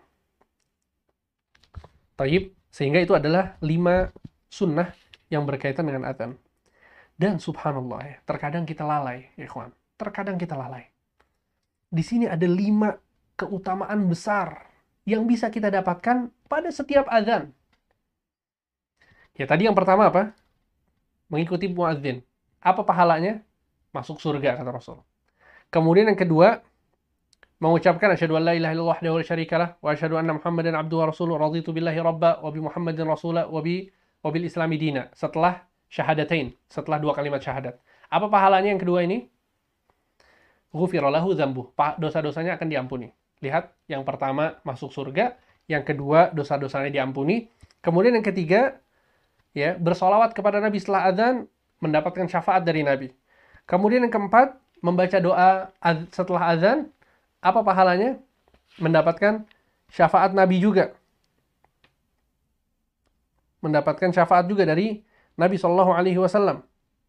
Speaker 1: Taib, sehingga itu adalah 5 sunnah yang berkaitan dengan adzan. Dan subhanallah ya, terkadang kita lalai, ya ikhwan. Terkadang kita lalai. Di sini ada 5 keutamaan besar yang bisa kita dapatkan pada setiap adzan. Ya tadi yang pertama apa? Mengikuti muadzin. Apa pahalanya? Masuk surga kata Rasul. Kemudian yang kedua, mengucapkan asyhadu an la ilaha illallah wahdahu la syarikalah wa asyhadu anna Muhammadan abduhu wa rasuluhu raditu billahi rabba wa bi Muhammadin rasula wa bil islami dina. Setelah syahadatain, setelah 2 kalimat syahadat. Apa pahalanya yang kedua ini? Ghufira lahu dzambuh. Dosa-dosanya akan diampuni. Lihat, yang pertama masuk surga, yang kedua dosa-dosanya diampuni. Kemudian yang ketiga, ya, bersolawat kepada Nabi setelah adzan, mendapatkan syafaat dari Nabi. Kemudian yang keempat, membaca doa setelah adzan, apa pahalanya? Mendapatkan syafaat Nabi juga. Mendapatkan syafaat juga dari Nabi Shallallahu Alaihi Wasallam.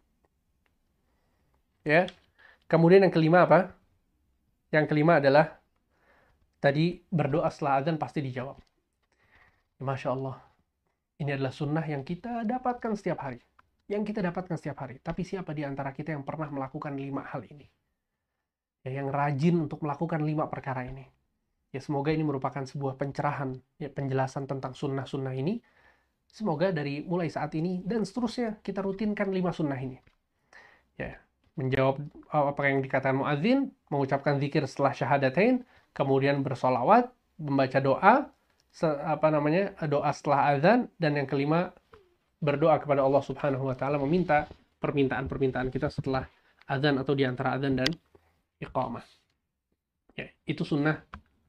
Speaker 1: Ya. Kemudian yang kelima apa? Yang kelima adalah tadi berdoa setelah azan pasti dijawab. Ya, Masya Allah. Ini adalah sunnah yang kita dapatkan setiap hari. Yang kita dapatkan setiap hari. Tapi siapa di antara kita yang pernah melakukan 5 hal ini? Ya, yang rajin untuk melakukan 5 perkara ini. Ya, semoga ini merupakan sebuah pencerahan, ya, penjelasan tentang sunnah-sunnah ini. Semoga dari mulai saat ini dan seterusnya kita rutinkan 5 sunnah ini. Ya, menjawab apa yang dikatakan muadzin, mengucapkan zikir setelah syahadatain, kemudian bersolawat, membaca doa, doa setelah azan, dan yang kelima berdoa kepada Allah Subhanahu wa taala, meminta permintaan-permintaan kita setelah azan atau di antara azan dan iqamah. Ya, itu sunnah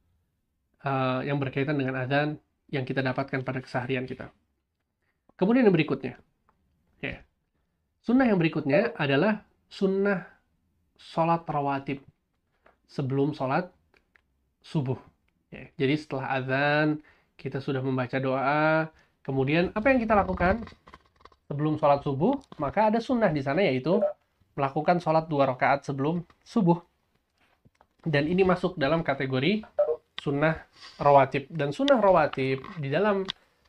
Speaker 1: yang berkaitan dengan azan yang kita dapatkan pada keseharian kita. Kemudian yang berikutnya, ya, sunnah yang berikutnya adalah sunnah sholat rawatib sebelum sholat subuh. Ya, jadi setelah azan kita sudah membaca doa, kemudian apa yang kita lakukan sebelum sholat subuh? Maka ada sunnah di sana, yaitu melakukan sholat 2 rakaat sebelum subuh. Dan ini masuk dalam kategori sunnah rawatib. Dan sunnah rawatib di dalam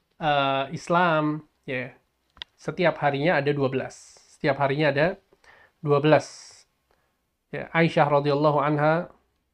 Speaker 1: Islam, ya, setiap harinya ada 12. Setiap harinya ada 12. Ya, Aisyah radhiyallahu anha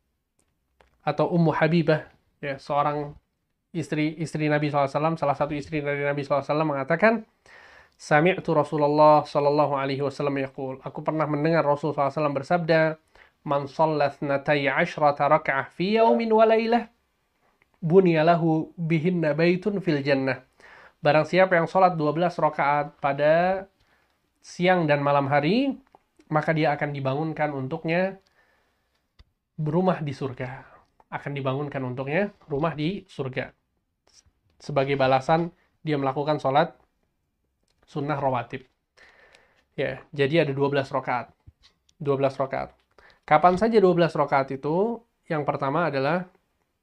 Speaker 1: atau Ummu Habibah, ya, seorang istri Nabi SAW, salah satu istri dari Nabi SAW mengatakan, Sami'tu Rasulullah sallallahu alaihi wasallam yaqul, aku pernah mendengar Rasul SAW bersabda, man shalla 12 raka'ah fi yaumin wa lailah bunya lahu bihinna baitun fil jannah. Barang siapa yang sholat 12 rakaat pada siang dan malam hari, maka dia akan dibangunkan untuknya rumah di surga. Akan dibangunkan untuknya rumah di surga. Sebagai balasan dia melakukan sholat sunnah rawatib. Ya, jadi ada 12 rakaat. 12 rakaat. Kapan saja 12 rakaat itu? Yang pertama adalah,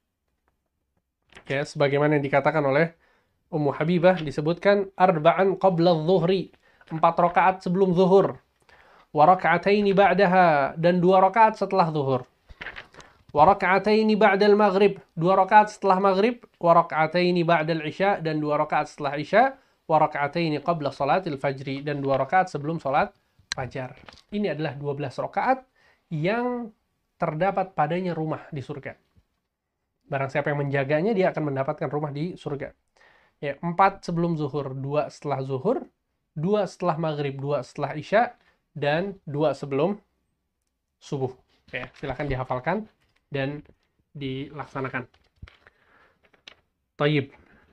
Speaker 1: ya, sebagaimana yang dikatakan oleh Ummu Habibah, disebutkan arba'an qabla adh-dhuhri, 4 rakaat sebelum zuhur. Wa raka'ataini ba'daha, dan 2 rakaat setelah zuhur. Wa raka'ataini ba'dal maghrib, 2 rakaat setelah maghrib. Wa raka'ataini ba'dal isya, dan 2 rakaat setelah isya. Wa raka'ataini qabla salatil fajri, dan 2 rakaat sebelum salat fajar. Ini adalah 12 rakaat yang terdapat padanya rumah di surga. Barang siapa yang menjaganya, dia akan mendapatkan rumah di surga. Ya, 4 sebelum zuhur, 2 setelah zuhur, 2 setelah maghrib, 2 setelah isya, dan 2 sebelum subuh. Ya, silakan dihafalkan dan dilaksanakan. Taib.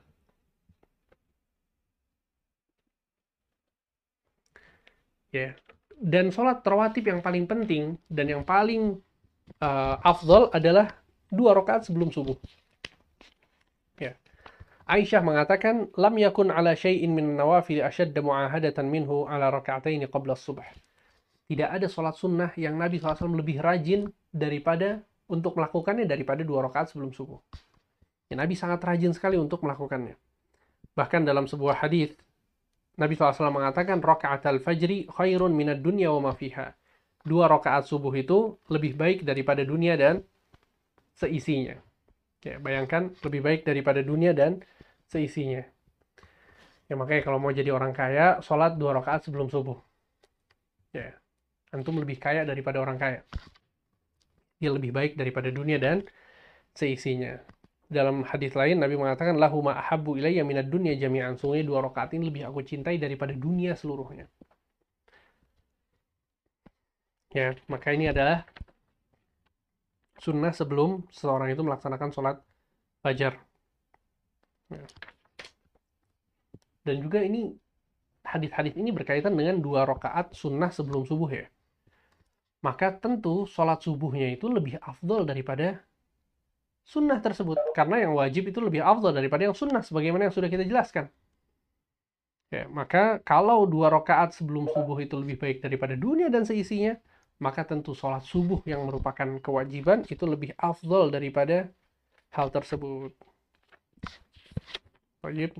Speaker 1: Ya. Dan sholat rawatib yang paling penting dan yang paling afdol adalah 2 rakaat sebelum subuh. Ya. Aisyah mengatakan, lam yakun ala syai'in min nawafil ashadda mu'ahadatan minhu ala raka'ataini qabla subh. Tidak ada sholat sunnah yang Nabi SAW lebih rajin daripada untuk melakukannya daripada 2 rakaat sebelum subuh. Ya, Nabi sangat rajin sekali untuk melakukannya. Bahkan dalam sebuah hadis Nabi SAW mengatakan, rakaat al-fajri khairun minad dunya wa ma fiha. 2 rakaat subuh itu lebih baik daripada dunia dan seisinya. Ya, bayangkan, lebih baik daripada dunia dan seisinya. Ya, makanya kalau mau jadi orang kaya, sholat 2 rakaat sebelum subuh. Ya, antum lebih kaya daripada orang kaya. Dia lebih baik daripada dunia dan seisinya. Dalam hadis lain, Nabi mengatakan, lahu ma ahabbu ilayya minad dunya jami'an. Sungguhnya 2 rakaat ini lebih aku cintai daripada dunia seluruhnya. Ya, maka ini adalah sunnah sebelum seseorang itu melaksanakan sholat fajar. Ya. Dan juga ini hadis-hadis ini berkaitan dengan 2 rakaat sunnah sebelum subuh ya. Maka tentu sholat subuhnya itu lebih afdol daripada sunnah tersebut. Karena yang wajib itu lebih afdol daripada yang sunnah, sebagaimana yang sudah kita jelaskan. Ya, maka kalau 2 rakaat sebelum subuh itu lebih baik daripada dunia dan seisinya, maka tentu sholat subuh yang merupakan kewajiban itu lebih afdol daripada hal tersebut. Wajib.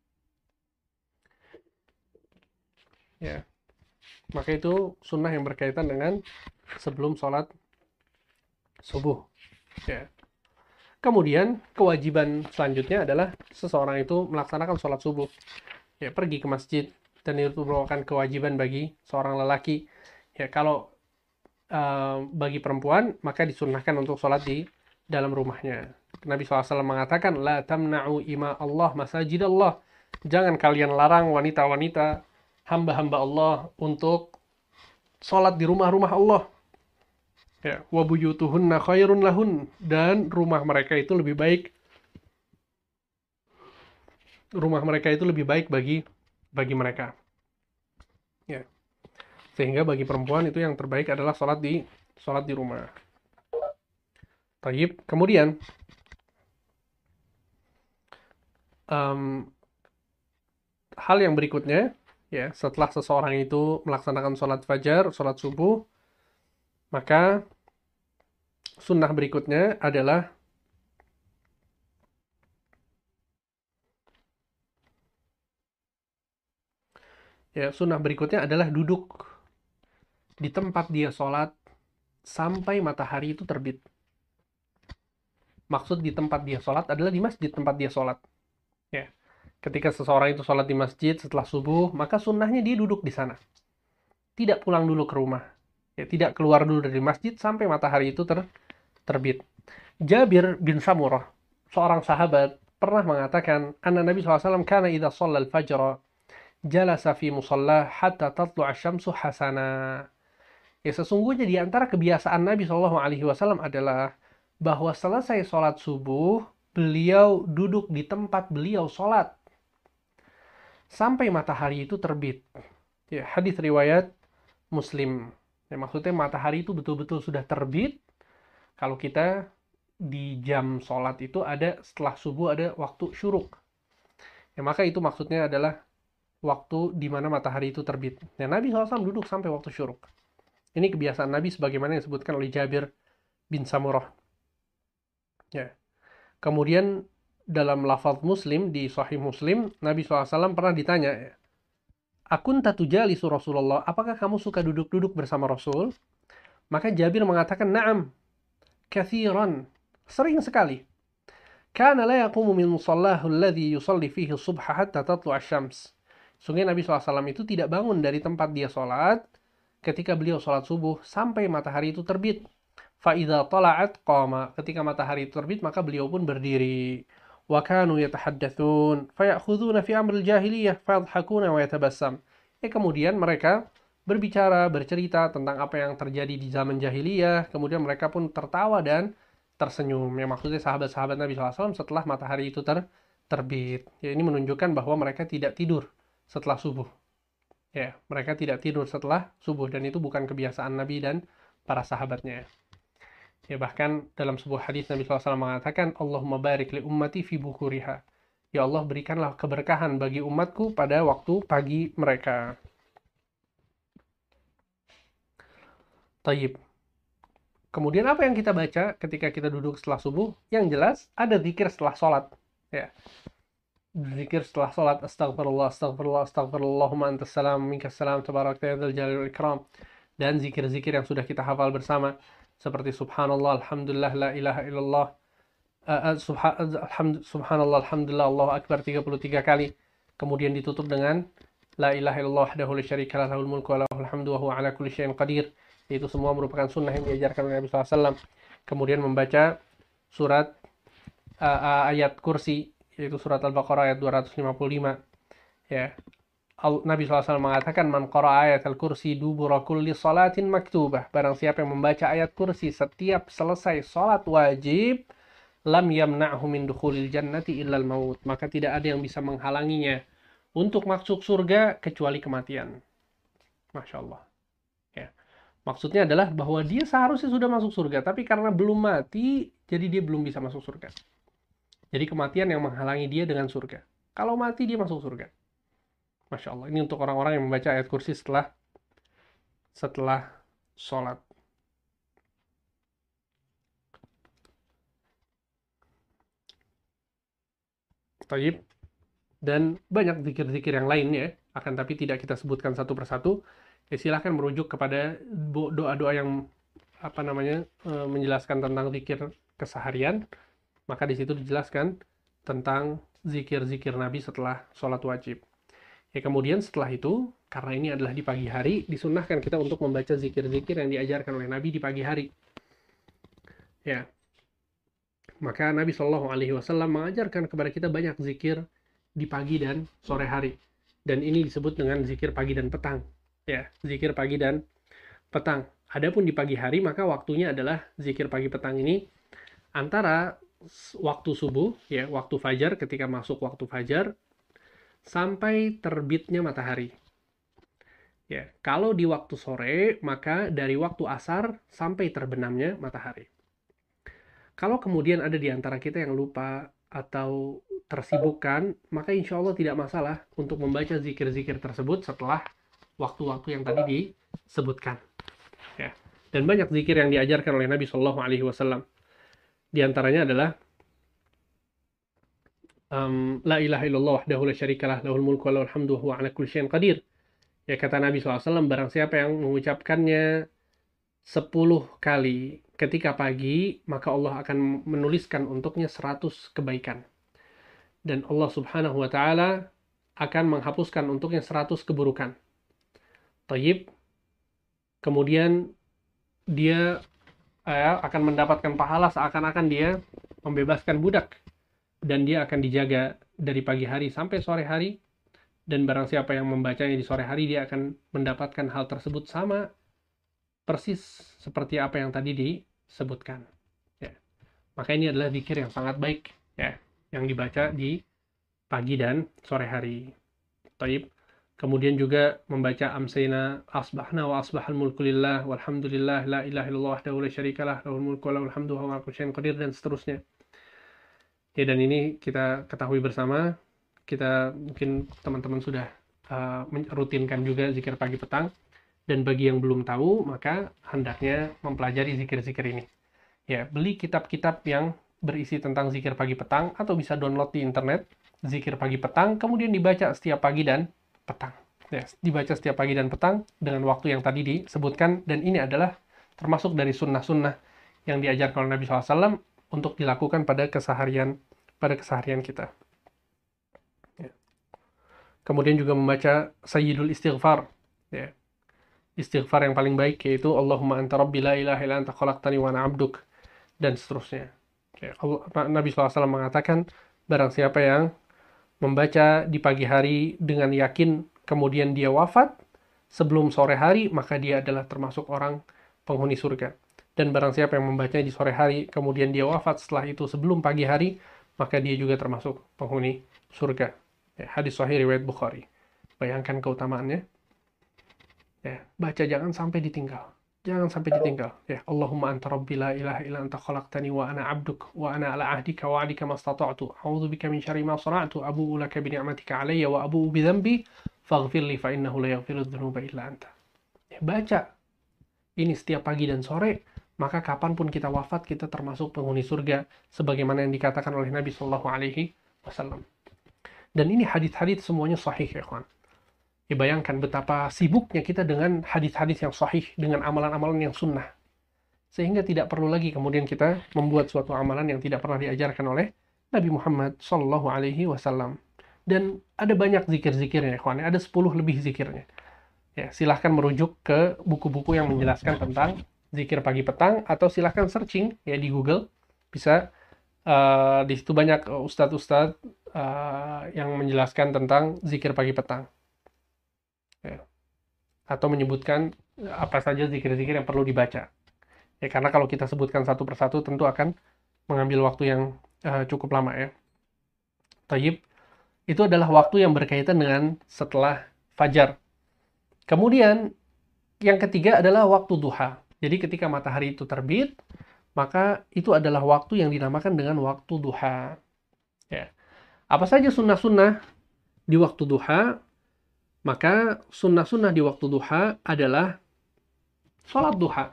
Speaker 1: Ya. Maka itu sunnah yang berkaitan dengan sebelum sholat subuh. Ya. Kemudian kewajiban selanjutnya adalah seseorang itu melaksanakan sholat subuh. Ya, pergi ke masjid, dan itu merupakan kewajiban bagi seorang lelaki. Ya, kalau bagi perempuan maka disunnahkan untuk sholat di dalam rumahnya. Nabi SAW mengatakan, la tamna'u ima Allah masajid Allah. Jangan kalian larang wanita-wanita hamba-hamba Allah untuk sholat di rumah-rumah Allah. Ya, wa buyutuhunna khairun lahun, dan rumah mereka itu lebih baik bagi mereka. Ya. Sehingga bagi perempuan itu yang terbaik adalah sholat di rumah. Taib. Kemudian hal yang berikutnya, ya, setelah seseorang itu melaksanakan sholat fajar, sholat subuh, maka sunnah berikutnya adalah duduk di tempat dia sholat sampai matahari itu terbit. Maksud di tempat dia sholat adalah di masjid tempat dia sholat. Ya. Ketika seseorang itu sholat di masjid setelah subuh, maka sunnahnya dia duduk di sana. Tidak pulang dulu ke rumah. Ya, tidak keluar dulu dari masjid sampai matahari itu terbit. Jabir bin Samurah, seorang sahabat, pernah mengatakan, anna Nabi SAW kana idza shalla al-fajr jalasa fi musalla hatta tatlu'a syamsu hasana. Ya, sesungguhnya di antara kebiasaan Nabi SAW adalah bahwa selesai sholat subuh, beliau duduk di tempat beliau sholat sampai matahari itu terbit. Ya, hadis riwayat Muslim. Ya, maksudnya matahari itu betul-betul sudah terbit. Kalau kita di jam sholat itu ada, setelah subuh ada waktu syuruk. Ya, maka itu maksudnya adalah waktu di mana matahari itu terbit. Dan Nabi SAW duduk sampai waktu syuruk. Ini kebiasaan Nabi sebagaimana yang disebutkan oleh Jabir bin Samurah. Ya. Kemudian dalam lafaz Muslim, di Sahih Muslim, Nabi SAW pernah ditanya, Akunta tujalisu Rasulullah, apakah kamu suka duduk-duduk bersama Rasul? Maka Jabir mengatakan, na'am, kathiran, sering sekali. Kana la yaqumu min musallahu alladhi yusalli fihi subha hatta tatlu'a syams. Sungguh Nabi SAW itu tidak bangun dari tempat dia sholat ketika beliau sholat subuh sampai matahari itu terbit. Fa'idha tala'at qama. Ketika matahari itu terbit, maka beliau pun berdiri. Wa kanu yatahaddathun fayakhudhuna fi amril jahiliyah fayadhakuna wa yatabassam. Kemudian mereka berbicara, bercerita tentang apa yang terjadi di zaman jahiliyah, kemudian mereka pun tertawa dan tersenyum. Yang maksudnya sahabat-sahabat Nabi SAW setelah matahari itu terbit. Ya, ini menunjukkan bahwa mereka tidak tidur setelah subuh. Ya, mereka tidak tidur setelah subuh, dan itu bukan kebiasaan Nabi dan para sahabatnya. Ya, bahkan dalam sebuah hadis Nabi SAW mengatakan, Allahumma barik li ummati fi bukuriha. ya Allah berikanlah keberkahan bagi umatku pada waktu pagi mereka. Taib. Kemudian apa yang kita baca ketika kita duduk setelah subuh? Yang jelas ada zikir setelah sholat. Ya. Zikir setelah sholat, astagfirullah, astagfirullah, astagfirullahumma antas salam, minkas salam, tabarakta ya dzal jalali wal ikram. Dan zikir-zikir yang sudah kita hafal bersama, seperti subhanallah, alhamdulillah, la ilaha illallah, subhanallah, alhamdulillah, Allahu akbar 33 kali. Kemudian ditutup dengan la ilaha illallah wahdahu la syarika lah, lahul mulku wa lahul hamdu wa huwa ala kulli syai'in qadir. Itu semua merupakan sunnah yang diajarkan oleh Nabi SAW. Kemudian membaca surat ayat kursi, yaitu surat Al-Baqarah ayat 255. Ya. Nabi SAW mengatakan, man qara'a ayat al-kursi dubura kulli salatin maktubah. Barang siapa yang membaca ayat kursi setiap selesai salat wajib, lam yamna'hu min dukhulil jannati illal maut. Maka tidak ada yang bisa menghalanginya untuk masuk surga kecuali kematian. Masya Allah. Ya. Maksudnya adalah bahwa dia seharusnya sudah masuk surga, tapi karena belum mati, jadi dia belum bisa masuk surga. Jadi kematian yang menghalangi dia dengan surga. Kalau mati dia masuk surga. Masya Allah. Ini untuk orang-orang yang membaca ayat kursi setelah sholat. Taib. Dan banyak zikir-zikir yang lain ya. Akan tapi tidak kita sebutkan satu persatu. Ya, silahkan merujuk kepada doa-doa yang menjelaskan tentang zikir keseharian. Maka di situ dijelaskan tentang zikir-zikir Nabi setelah sholat wajib. Ya, kemudian setelah itu, karena ini adalah di pagi hari, disunnahkan kita untuk membaca zikir-zikir yang diajarkan oleh Nabi di pagi hari. Ya, maka Nabi Shallallahu Alaihi Wasallam mengajarkan kepada kita banyak zikir di pagi dan sore hari. Dan ini disebut dengan zikir pagi dan petang. Ya, zikir pagi dan petang. Adapun di pagi hari, maka waktunya adalah zikir pagi petang ini antara waktu subuh, ya, waktu fajar, ketika masuk waktu fajar, sampai terbitnya matahari. Ya, kalau di waktu sore, maka dari waktu asar sampai terbenamnya matahari. Kalau kemudian ada di antara kita yang lupa atau tersibukkan, maka insya Allah tidak masalah untuk membaca zikir-zikir tersebut setelah waktu-waktu yang tadi disebutkan. Ya. Dan banyak zikir yang diajarkan oleh Nabi Shallallahu Alaihi Wasallam. Di antaranya adalah la ilaha illallah wahdahu la syarikalah, lahul mulku wa lahul hamdu wa huwa ala kulli syai'in qadir. Ya, kata Nabi SAW, barang siapa yang mengucapkannya 10 kali ketika pagi, maka Allah akan menuliskan untuknya 100 kebaikan. Dan Allah Subhanahu wa Ta'ala akan menghapuskan untuknya 100 keburukan. Tayyib. Kemudian dia akan mendapatkan pahala seakan-akan dia membebaskan budak. Dan dia akan dijaga dari pagi hari sampai sore hari. Dan barang siapa yang membacanya di sore hari, dia akan mendapatkan hal tersebut sama persis seperti apa yang tadi disebutkan. Ya. Maka ini adalah zikir yang sangat baik, ya, yang dibaca di pagi dan sore hari. Taib. Kemudian juga membaca amsayna asbahna wa asbahal mulku lillah walhamdulillah la ilaha illallah wahdahu la syarikalah lahul mulku wa lahul hamdu wa huwa ala kulli syai'in qadir, dan seterusnya. Ya, dan ini kita ketahui bersama, kita mungkin teman-teman sudah rutinkan juga zikir pagi petang, dan bagi yang belum tahu maka hendaknya mempelajari zikir-zikir ini. Ya, beli kitab-kitab yang berisi tentang zikir pagi petang atau bisa download di internet zikir pagi petang, kemudian dibaca setiap pagi dan petang. Ya, dibaca setiap pagi dan petang dengan waktu yang tadi disebutkan, dan ini adalah termasuk dari sunnah-sunnah yang diajarkan oleh Nabi SAW untuk dilakukan pada keseharian kita. Ya. Kemudian juga membaca sayyidul istighfar. Ya. Istighfar yang paling baik yaitu Allahumma anta rabbi la ilaha illa anta khalaqtani wa ana abduk, dan seterusnya. Ya. Nabi SAW mengatakan, barang siapa yang membaca di pagi hari dengan yakin, kemudian dia wafat sebelum sore hari, maka dia adalah termasuk orang penghuni surga. Dan barang siapa yang membacanya di sore hari, kemudian dia wafat setelah itu sebelum pagi hari, maka dia juga termasuk penghuni surga. Ya, hadis sahih riwayat Bukhari. Bayangkan keutamaannya. Ya, baca jangan sampai ditinggal. Jangan sampai ditinggal. Ya, Allahumma anta rabbi la ilaha illa anta khalaqtani wa ana abduk wa ana ala ahdika wa wa'dika mastata'tu. A'udzu bika min syarri ma sana'tu. Abu'u laka bi ni'matika 'alayya wa abu'u bi dzambi faghfir li fa innahu la yaghfiru dzunuba illa anta. Ya, baca ini setiap pagi dan sore, maka kapanpun kita wafat kita termasuk penghuni surga sebagaimana yang dikatakan oleh Nabi sallallahu alaihi wasallam. Dan ini hadis-hadis semuanya sahih ya kawan. Ya, bayangkan betapa sibuknya kita dengan hadis-hadis yang sahih, dengan amalan-amalan yang sunnah. Sehingga tidak perlu lagi kemudian kita membuat suatu amalan yang tidak pernah diajarkan oleh Nabi Muhammad Sallallahu Alaihi Wasallam. Dan ada banyak zikir-zikirnya, kawan. Ada 10 lebih zikirnya. Ya, silahkan merujuk ke buku-buku yang menjelaskan tentang zikir pagi petang, atau silahkan searching ya di Google. Bisa di situ banyak ustadz-ustadz yang menjelaskan tentang zikir pagi petang. Ya. Atau menyebutkan apa saja zikir-zikir yang perlu dibaca. Ya, karena kalau kita sebutkan satu persatu tentu akan mengambil waktu yang cukup lama ya. Tayyib, itu adalah waktu yang berkaitan dengan setelah fajar. Kemudian yang ketiga adalah waktu duha. Jadi ketika matahari itu terbit, maka itu adalah waktu yang dinamakan dengan waktu duha. Ya. Apa saja sunnah-sunnah di waktu duha? Maka sunnah-sunnah di waktu duha adalah sholat duha.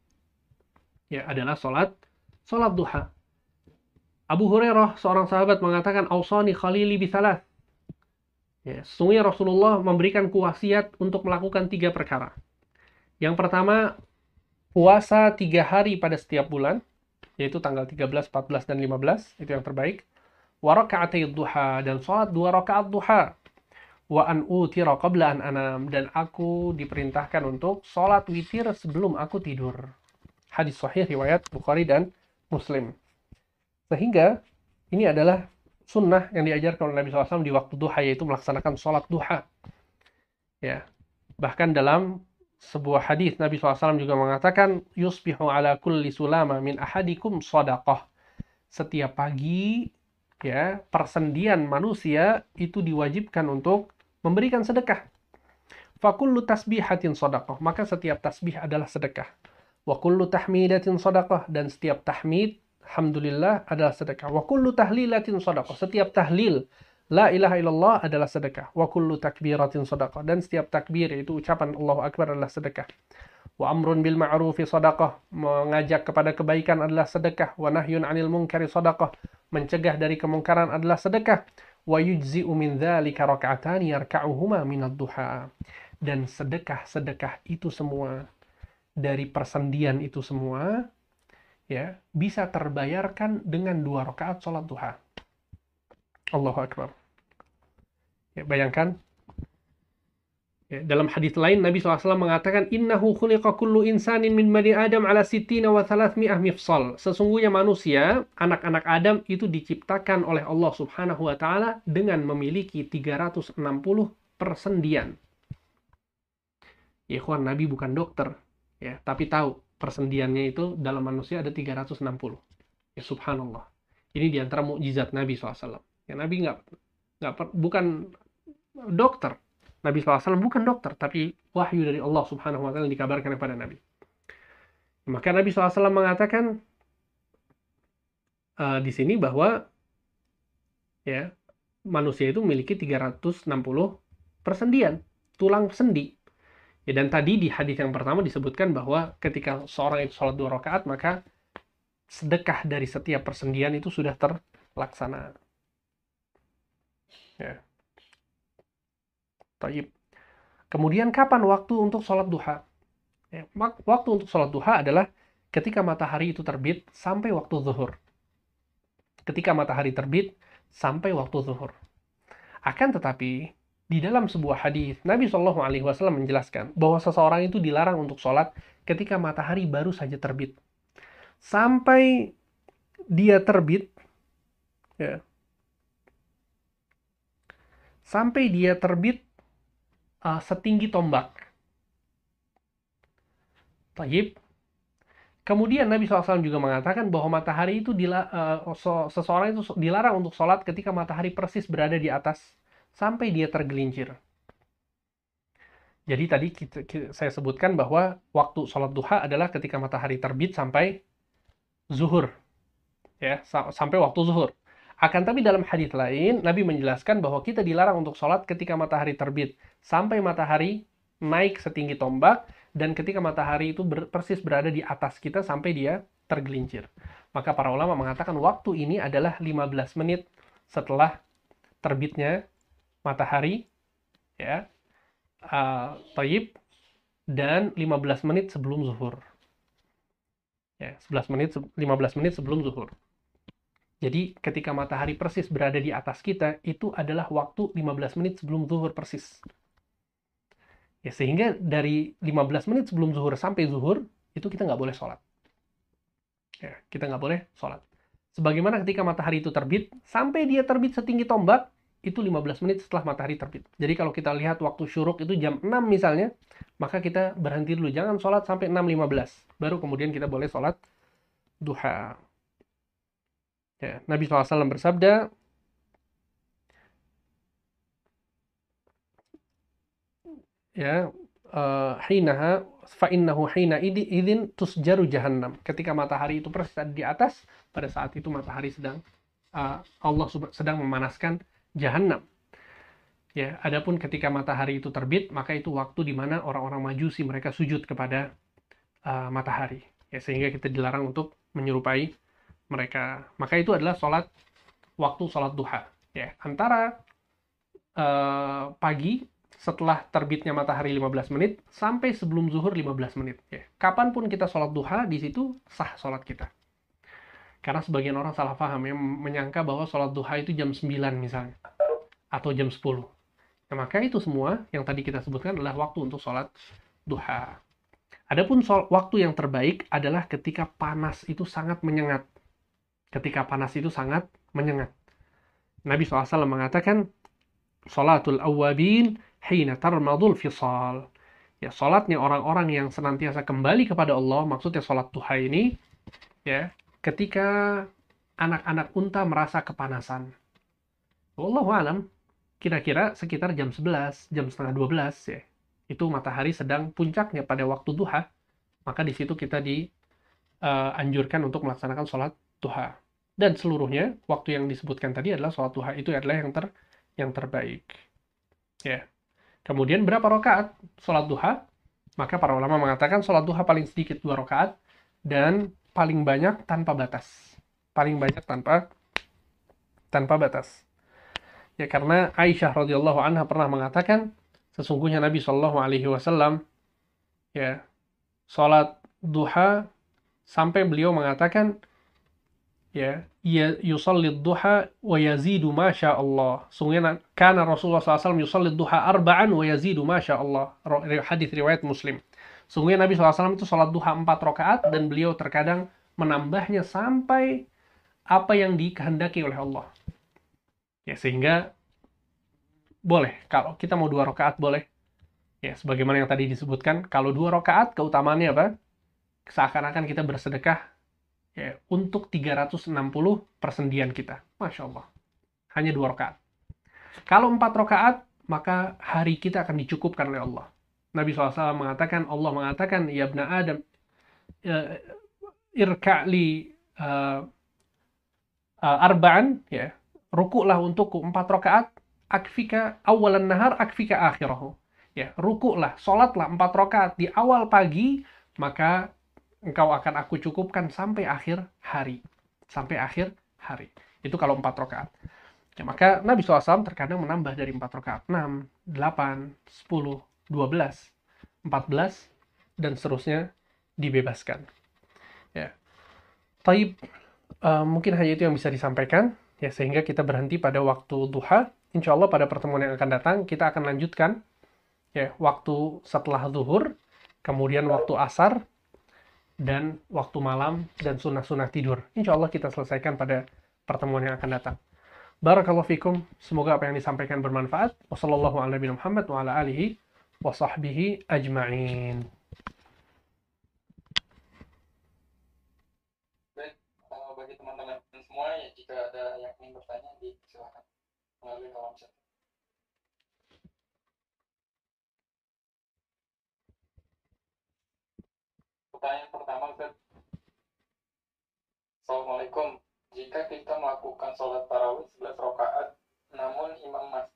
Speaker 1: Ya, adalah sholat duha. Abu Hurairah, seorang sahabat, mengatakan, "Ausani khalili bisalas." Ya, sesungguhnya Rasulullah memberikan wasiat untuk melakukan 3 perkara. Yang pertama, puasa 3 hari pada setiap bulan, yaitu tanggal 13, 14, dan 15, itu yang terbaik. Wa raka'atay duha, dan sholat 2 rakaat duha. Wa an utira qabla an anam, dan aku diperintahkan untuk sholat witir sebelum aku tidur. Hadis sahih riwayat Bukhari dan Muslim. Sehingga ini adalah sunnah yang diajarkan oleh Nabi SAW di waktu duha, yaitu melaksanakan sholat duha. Ya, bahkan dalam sebuah hadis Nabi SAW juga mengatakan, yusbihu ala kulli sulama min ahadikum shadaqah. Setiap pagi, ya, persendian manusia itu diwajibkan untuk memberikan sedekah. Fakullu tasbihatin shadaqah, maka setiap tasbih adalah sedekah. Wa kullu tahmidatin shadaqah, dan setiap tahmid, alhamdulillah, adalah sedekah. Wa kullu tahlilatin shadaqah, setiap tahlil, la ilaha illallah, adalah sedekah. Wa kullu takbiratin shadaqah, dan setiap takbir, yaitu ucapan Allahu Akbar, adalah sedekah. Wa amrun bil ma'rufi shadaqah, mengajak kepada kebaikan adalah sedekah. Wa nahyun 'anil munkari shadaqah, mencegah dari kemungkaran adalah sedekah. Wa yujzi'u min dzalika rak'atani yarka'uhuma minad duha. Dan sedekah-sedekah itu semua, dari persendian itu semua, ya, bisa terbayarkan dengan 2 rakaat sholat duha. Allahu Akbar. Ya, bayangkan. Ya, dalam hadis lain Nabi SAW mengatakan, innahu khuliqa kullu insanin min bani Adam ala sittina wa thalathmi'ah mifsal. Sesungguhnya manusia, anak-anak Adam itu diciptakan oleh Allah Subhanahu wa taala dengan memiliki 360 persendian. Ya, ikhwan, Nabi bukan dokter, ya, tapi tahu persendiannya itu dalam manusia ada 360. Ya, subhanallah. Ini diantara mukjizat Nabi SAW. Ya, Nabi bukan dokter. Nabi SAW bukan dokter, tapi wahyu dari Allah Subhanahu wa taala dikabarkan kepada Nabi. Maka Nabi SAW mengatakan di sini bahwa, ya, manusia itu memiliki 360 persendian, tulang sendi. Ya, dan tadi di hadis yang pertama disebutkan bahwa ketika seorang itu sholat 2 rakaat, maka sedekah dari setiap persendian itu sudah terlaksana. Ya. Taib. Kemudian kapan waktu untuk sholat duha? Ya, waktu untuk sholat duha adalah ketika matahari itu terbit sampai waktu zuhur. Ketika matahari terbit sampai waktu zuhur. Akan tetapi, di dalam sebuah hadis Nabi Shallallahu Alaihi Wasallam menjelaskan bahwa seseorang itu dilarang untuk sholat ketika matahari baru saja terbit. Sampai dia terbit, ya, sampai dia terbit setinggi tombak. Taib. Kemudian Nabi SAW juga mengatakan bahwa matahari itu seseorang itu dilarang untuk sholat ketika matahari persis berada di atas sampai dia tergelincir. Jadi tadi saya sebutkan bahwa waktu sholat duha adalah ketika matahari terbit sampai zuhur, ya, sampai waktu zuhur. Akan tapi dalam hadis lain, Nabi menjelaskan bahwa kita dilarang untuk sholat ketika matahari terbit sampai matahari naik setinggi tombak, dan ketika matahari itu persis berada di atas kita sampai dia tergelincir. Maka para ulama mengatakan waktu ini adalah 15 menit setelah terbitnya matahari, ya, Taib, dan 15 menit sebelum zuhur. Ya, 15 menit sebelum zuhur. Jadi ketika matahari persis berada di atas kita, itu adalah waktu 15 menit sebelum zuhur persis. Ya, sehingga dari 15 menit sebelum zuhur sampai zuhur, itu kita nggak boleh sholat. Ya, kita nggak boleh sholat. Sebagaimana ketika matahari itu terbit, sampai dia terbit setinggi tombak, itu 15 menit setelah matahari terbit. Jadi kalau kita lihat waktu syuruk itu jam 6 misalnya, maka kita berhenti dulu. Jangan sholat sampai 6.15. Baru kemudian kita boleh sholat duha. Ya, Nabi SAW bersabda, ya, hinaha fa innahu hina idzin tusjaru jahannam. Ketika matahari itu persis di atas, pada saat itu matahari sedang Allah sedang memanaskan jahanam. Ya, adapun ketika matahari itu terbit, maka itu waktu di mana orang-orang Majusi mereka sujud kepada matahari. Ya, sehingga kita dilarang untuk menyerupai mereka. Maka itu adalah waktu sholat duha. Ya, antara pagi setelah terbitnya matahari 15 menit sampai sebelum zuhur 15 menit. Ya. Kapanpun kita sholat duha, di situ sah sholat kita. Karena sebagian orang salah paham, ya, menyangka bahwa sholat duha itu jam 9 misalnya, atau jam 10. Nah, maka itu semua yang tadi kita sebutkan adalah waktu untuk sholat duha. Adapun waktu yang terbaik adalah ketika panas itu sangat menyengat. Ketika panas itu sangat menyengat. Nabi SAW mengatakan, Salatul awwabin hina tarmadul fisal. Ya, salatnya orang-orang yang senantiasa kembali kepada Allah, maksudnya salat duha ini, ya, ketika anak-anak unta merasa kepanasan. Wallahu alam, kira-kira sekitar jam 11, jam setengah 12, ya. Itu matahari sedang puncaknya pada waktu duha, maka di situ kita dianjurkan untuk melaksanakan sholat duha. Dan seluruhnya, waktu yang disebutkan tadi adalah sholat duha itu adalah yang terbaik. Ya. Kemudian berapa rakaat sholat duha? Maka para ulama mengatakan sholat duha paling sedikit 2 rakaat dan paling banyak tanpa batas. Paling banyak tanpa batas. Ya, karena Aisyah radhiyallahu anha pernah mengatakan, sesungguhnya Nabi Shallallahu alaihi wasallam, ya, sholat duha sampai beliau mengatakan, ya, yusallid duha wa yazidu masya Allah. Sungguhnya karena Rasulullah SAW yusallid duha arba'an wa yazidu masya Allah. Hadis riwayat Muslim. Sungguhnya Nabi SAW itu sholat duha 4 rakaat dan beliau terkadang menambahnya sampai apa yang dikehendaki oleh Allah. Ya, sehingga boleh, kalau kita mau 2 rakaat boleh. Ya, sebagaimana yang tadi disebutkan, kalau 2 rakaat keutamaannya apa? Seakan-akan kita bersedekah, ya, untuk 360 persendian kita. Masya Allah. Hanya 2 rakaat. Kalau 4 rakaat, maka hari kita akan dicukupkan oleh Allah. Nabi SAW mengatakan, Allah mengatakan, ya ibna Adam, irka'li arba'an, ya, rukuklah untukku 4 rakaat, akfika awalan nahar, akfika akhirahu. Ya, rukuklah, sholatlah 4 rakaat di awal pagi, maka engkau akan aku cukupkan sampai akhir hari. Sampai akhir hari. Itu kalau 4 rakaat. Ya, maka Nabi SAW terkadang menambah dari 4 rakaat. 6, 8, 10, 12, 14, dan seterusnya dibebaskan. Ya. Taib, mungkin hanya itu yang bisa disampaikan. Ya, sehingga kita berhenti pada waktu duha. Insya Allah pada pertemuan yang akan datang, kita akan lanjutkan, ya, waktu setelah zuhur, kemudian waktu asar, dan waktu malam, dan sunnah-sunnah tidur. Insya Allah kita selesaikan pada pertemuan yang akan datang. Barakallahu fikum. Semoga apa yang disampaikan bermanfaat. Wassalamualaikum warahmatullahi wabarakatuh wa ala alihi wa sahbihi ajma'in.
Speaker 2: Baik, bagi teman-teman semua, ya, jika ada yang ingin bertanya, silakan melalui kolom chat. Pertanyaan pertama, Ustaz. Assalamualaikum. Jika kita melakukan sholat tarawih 11 rakaat, namun imam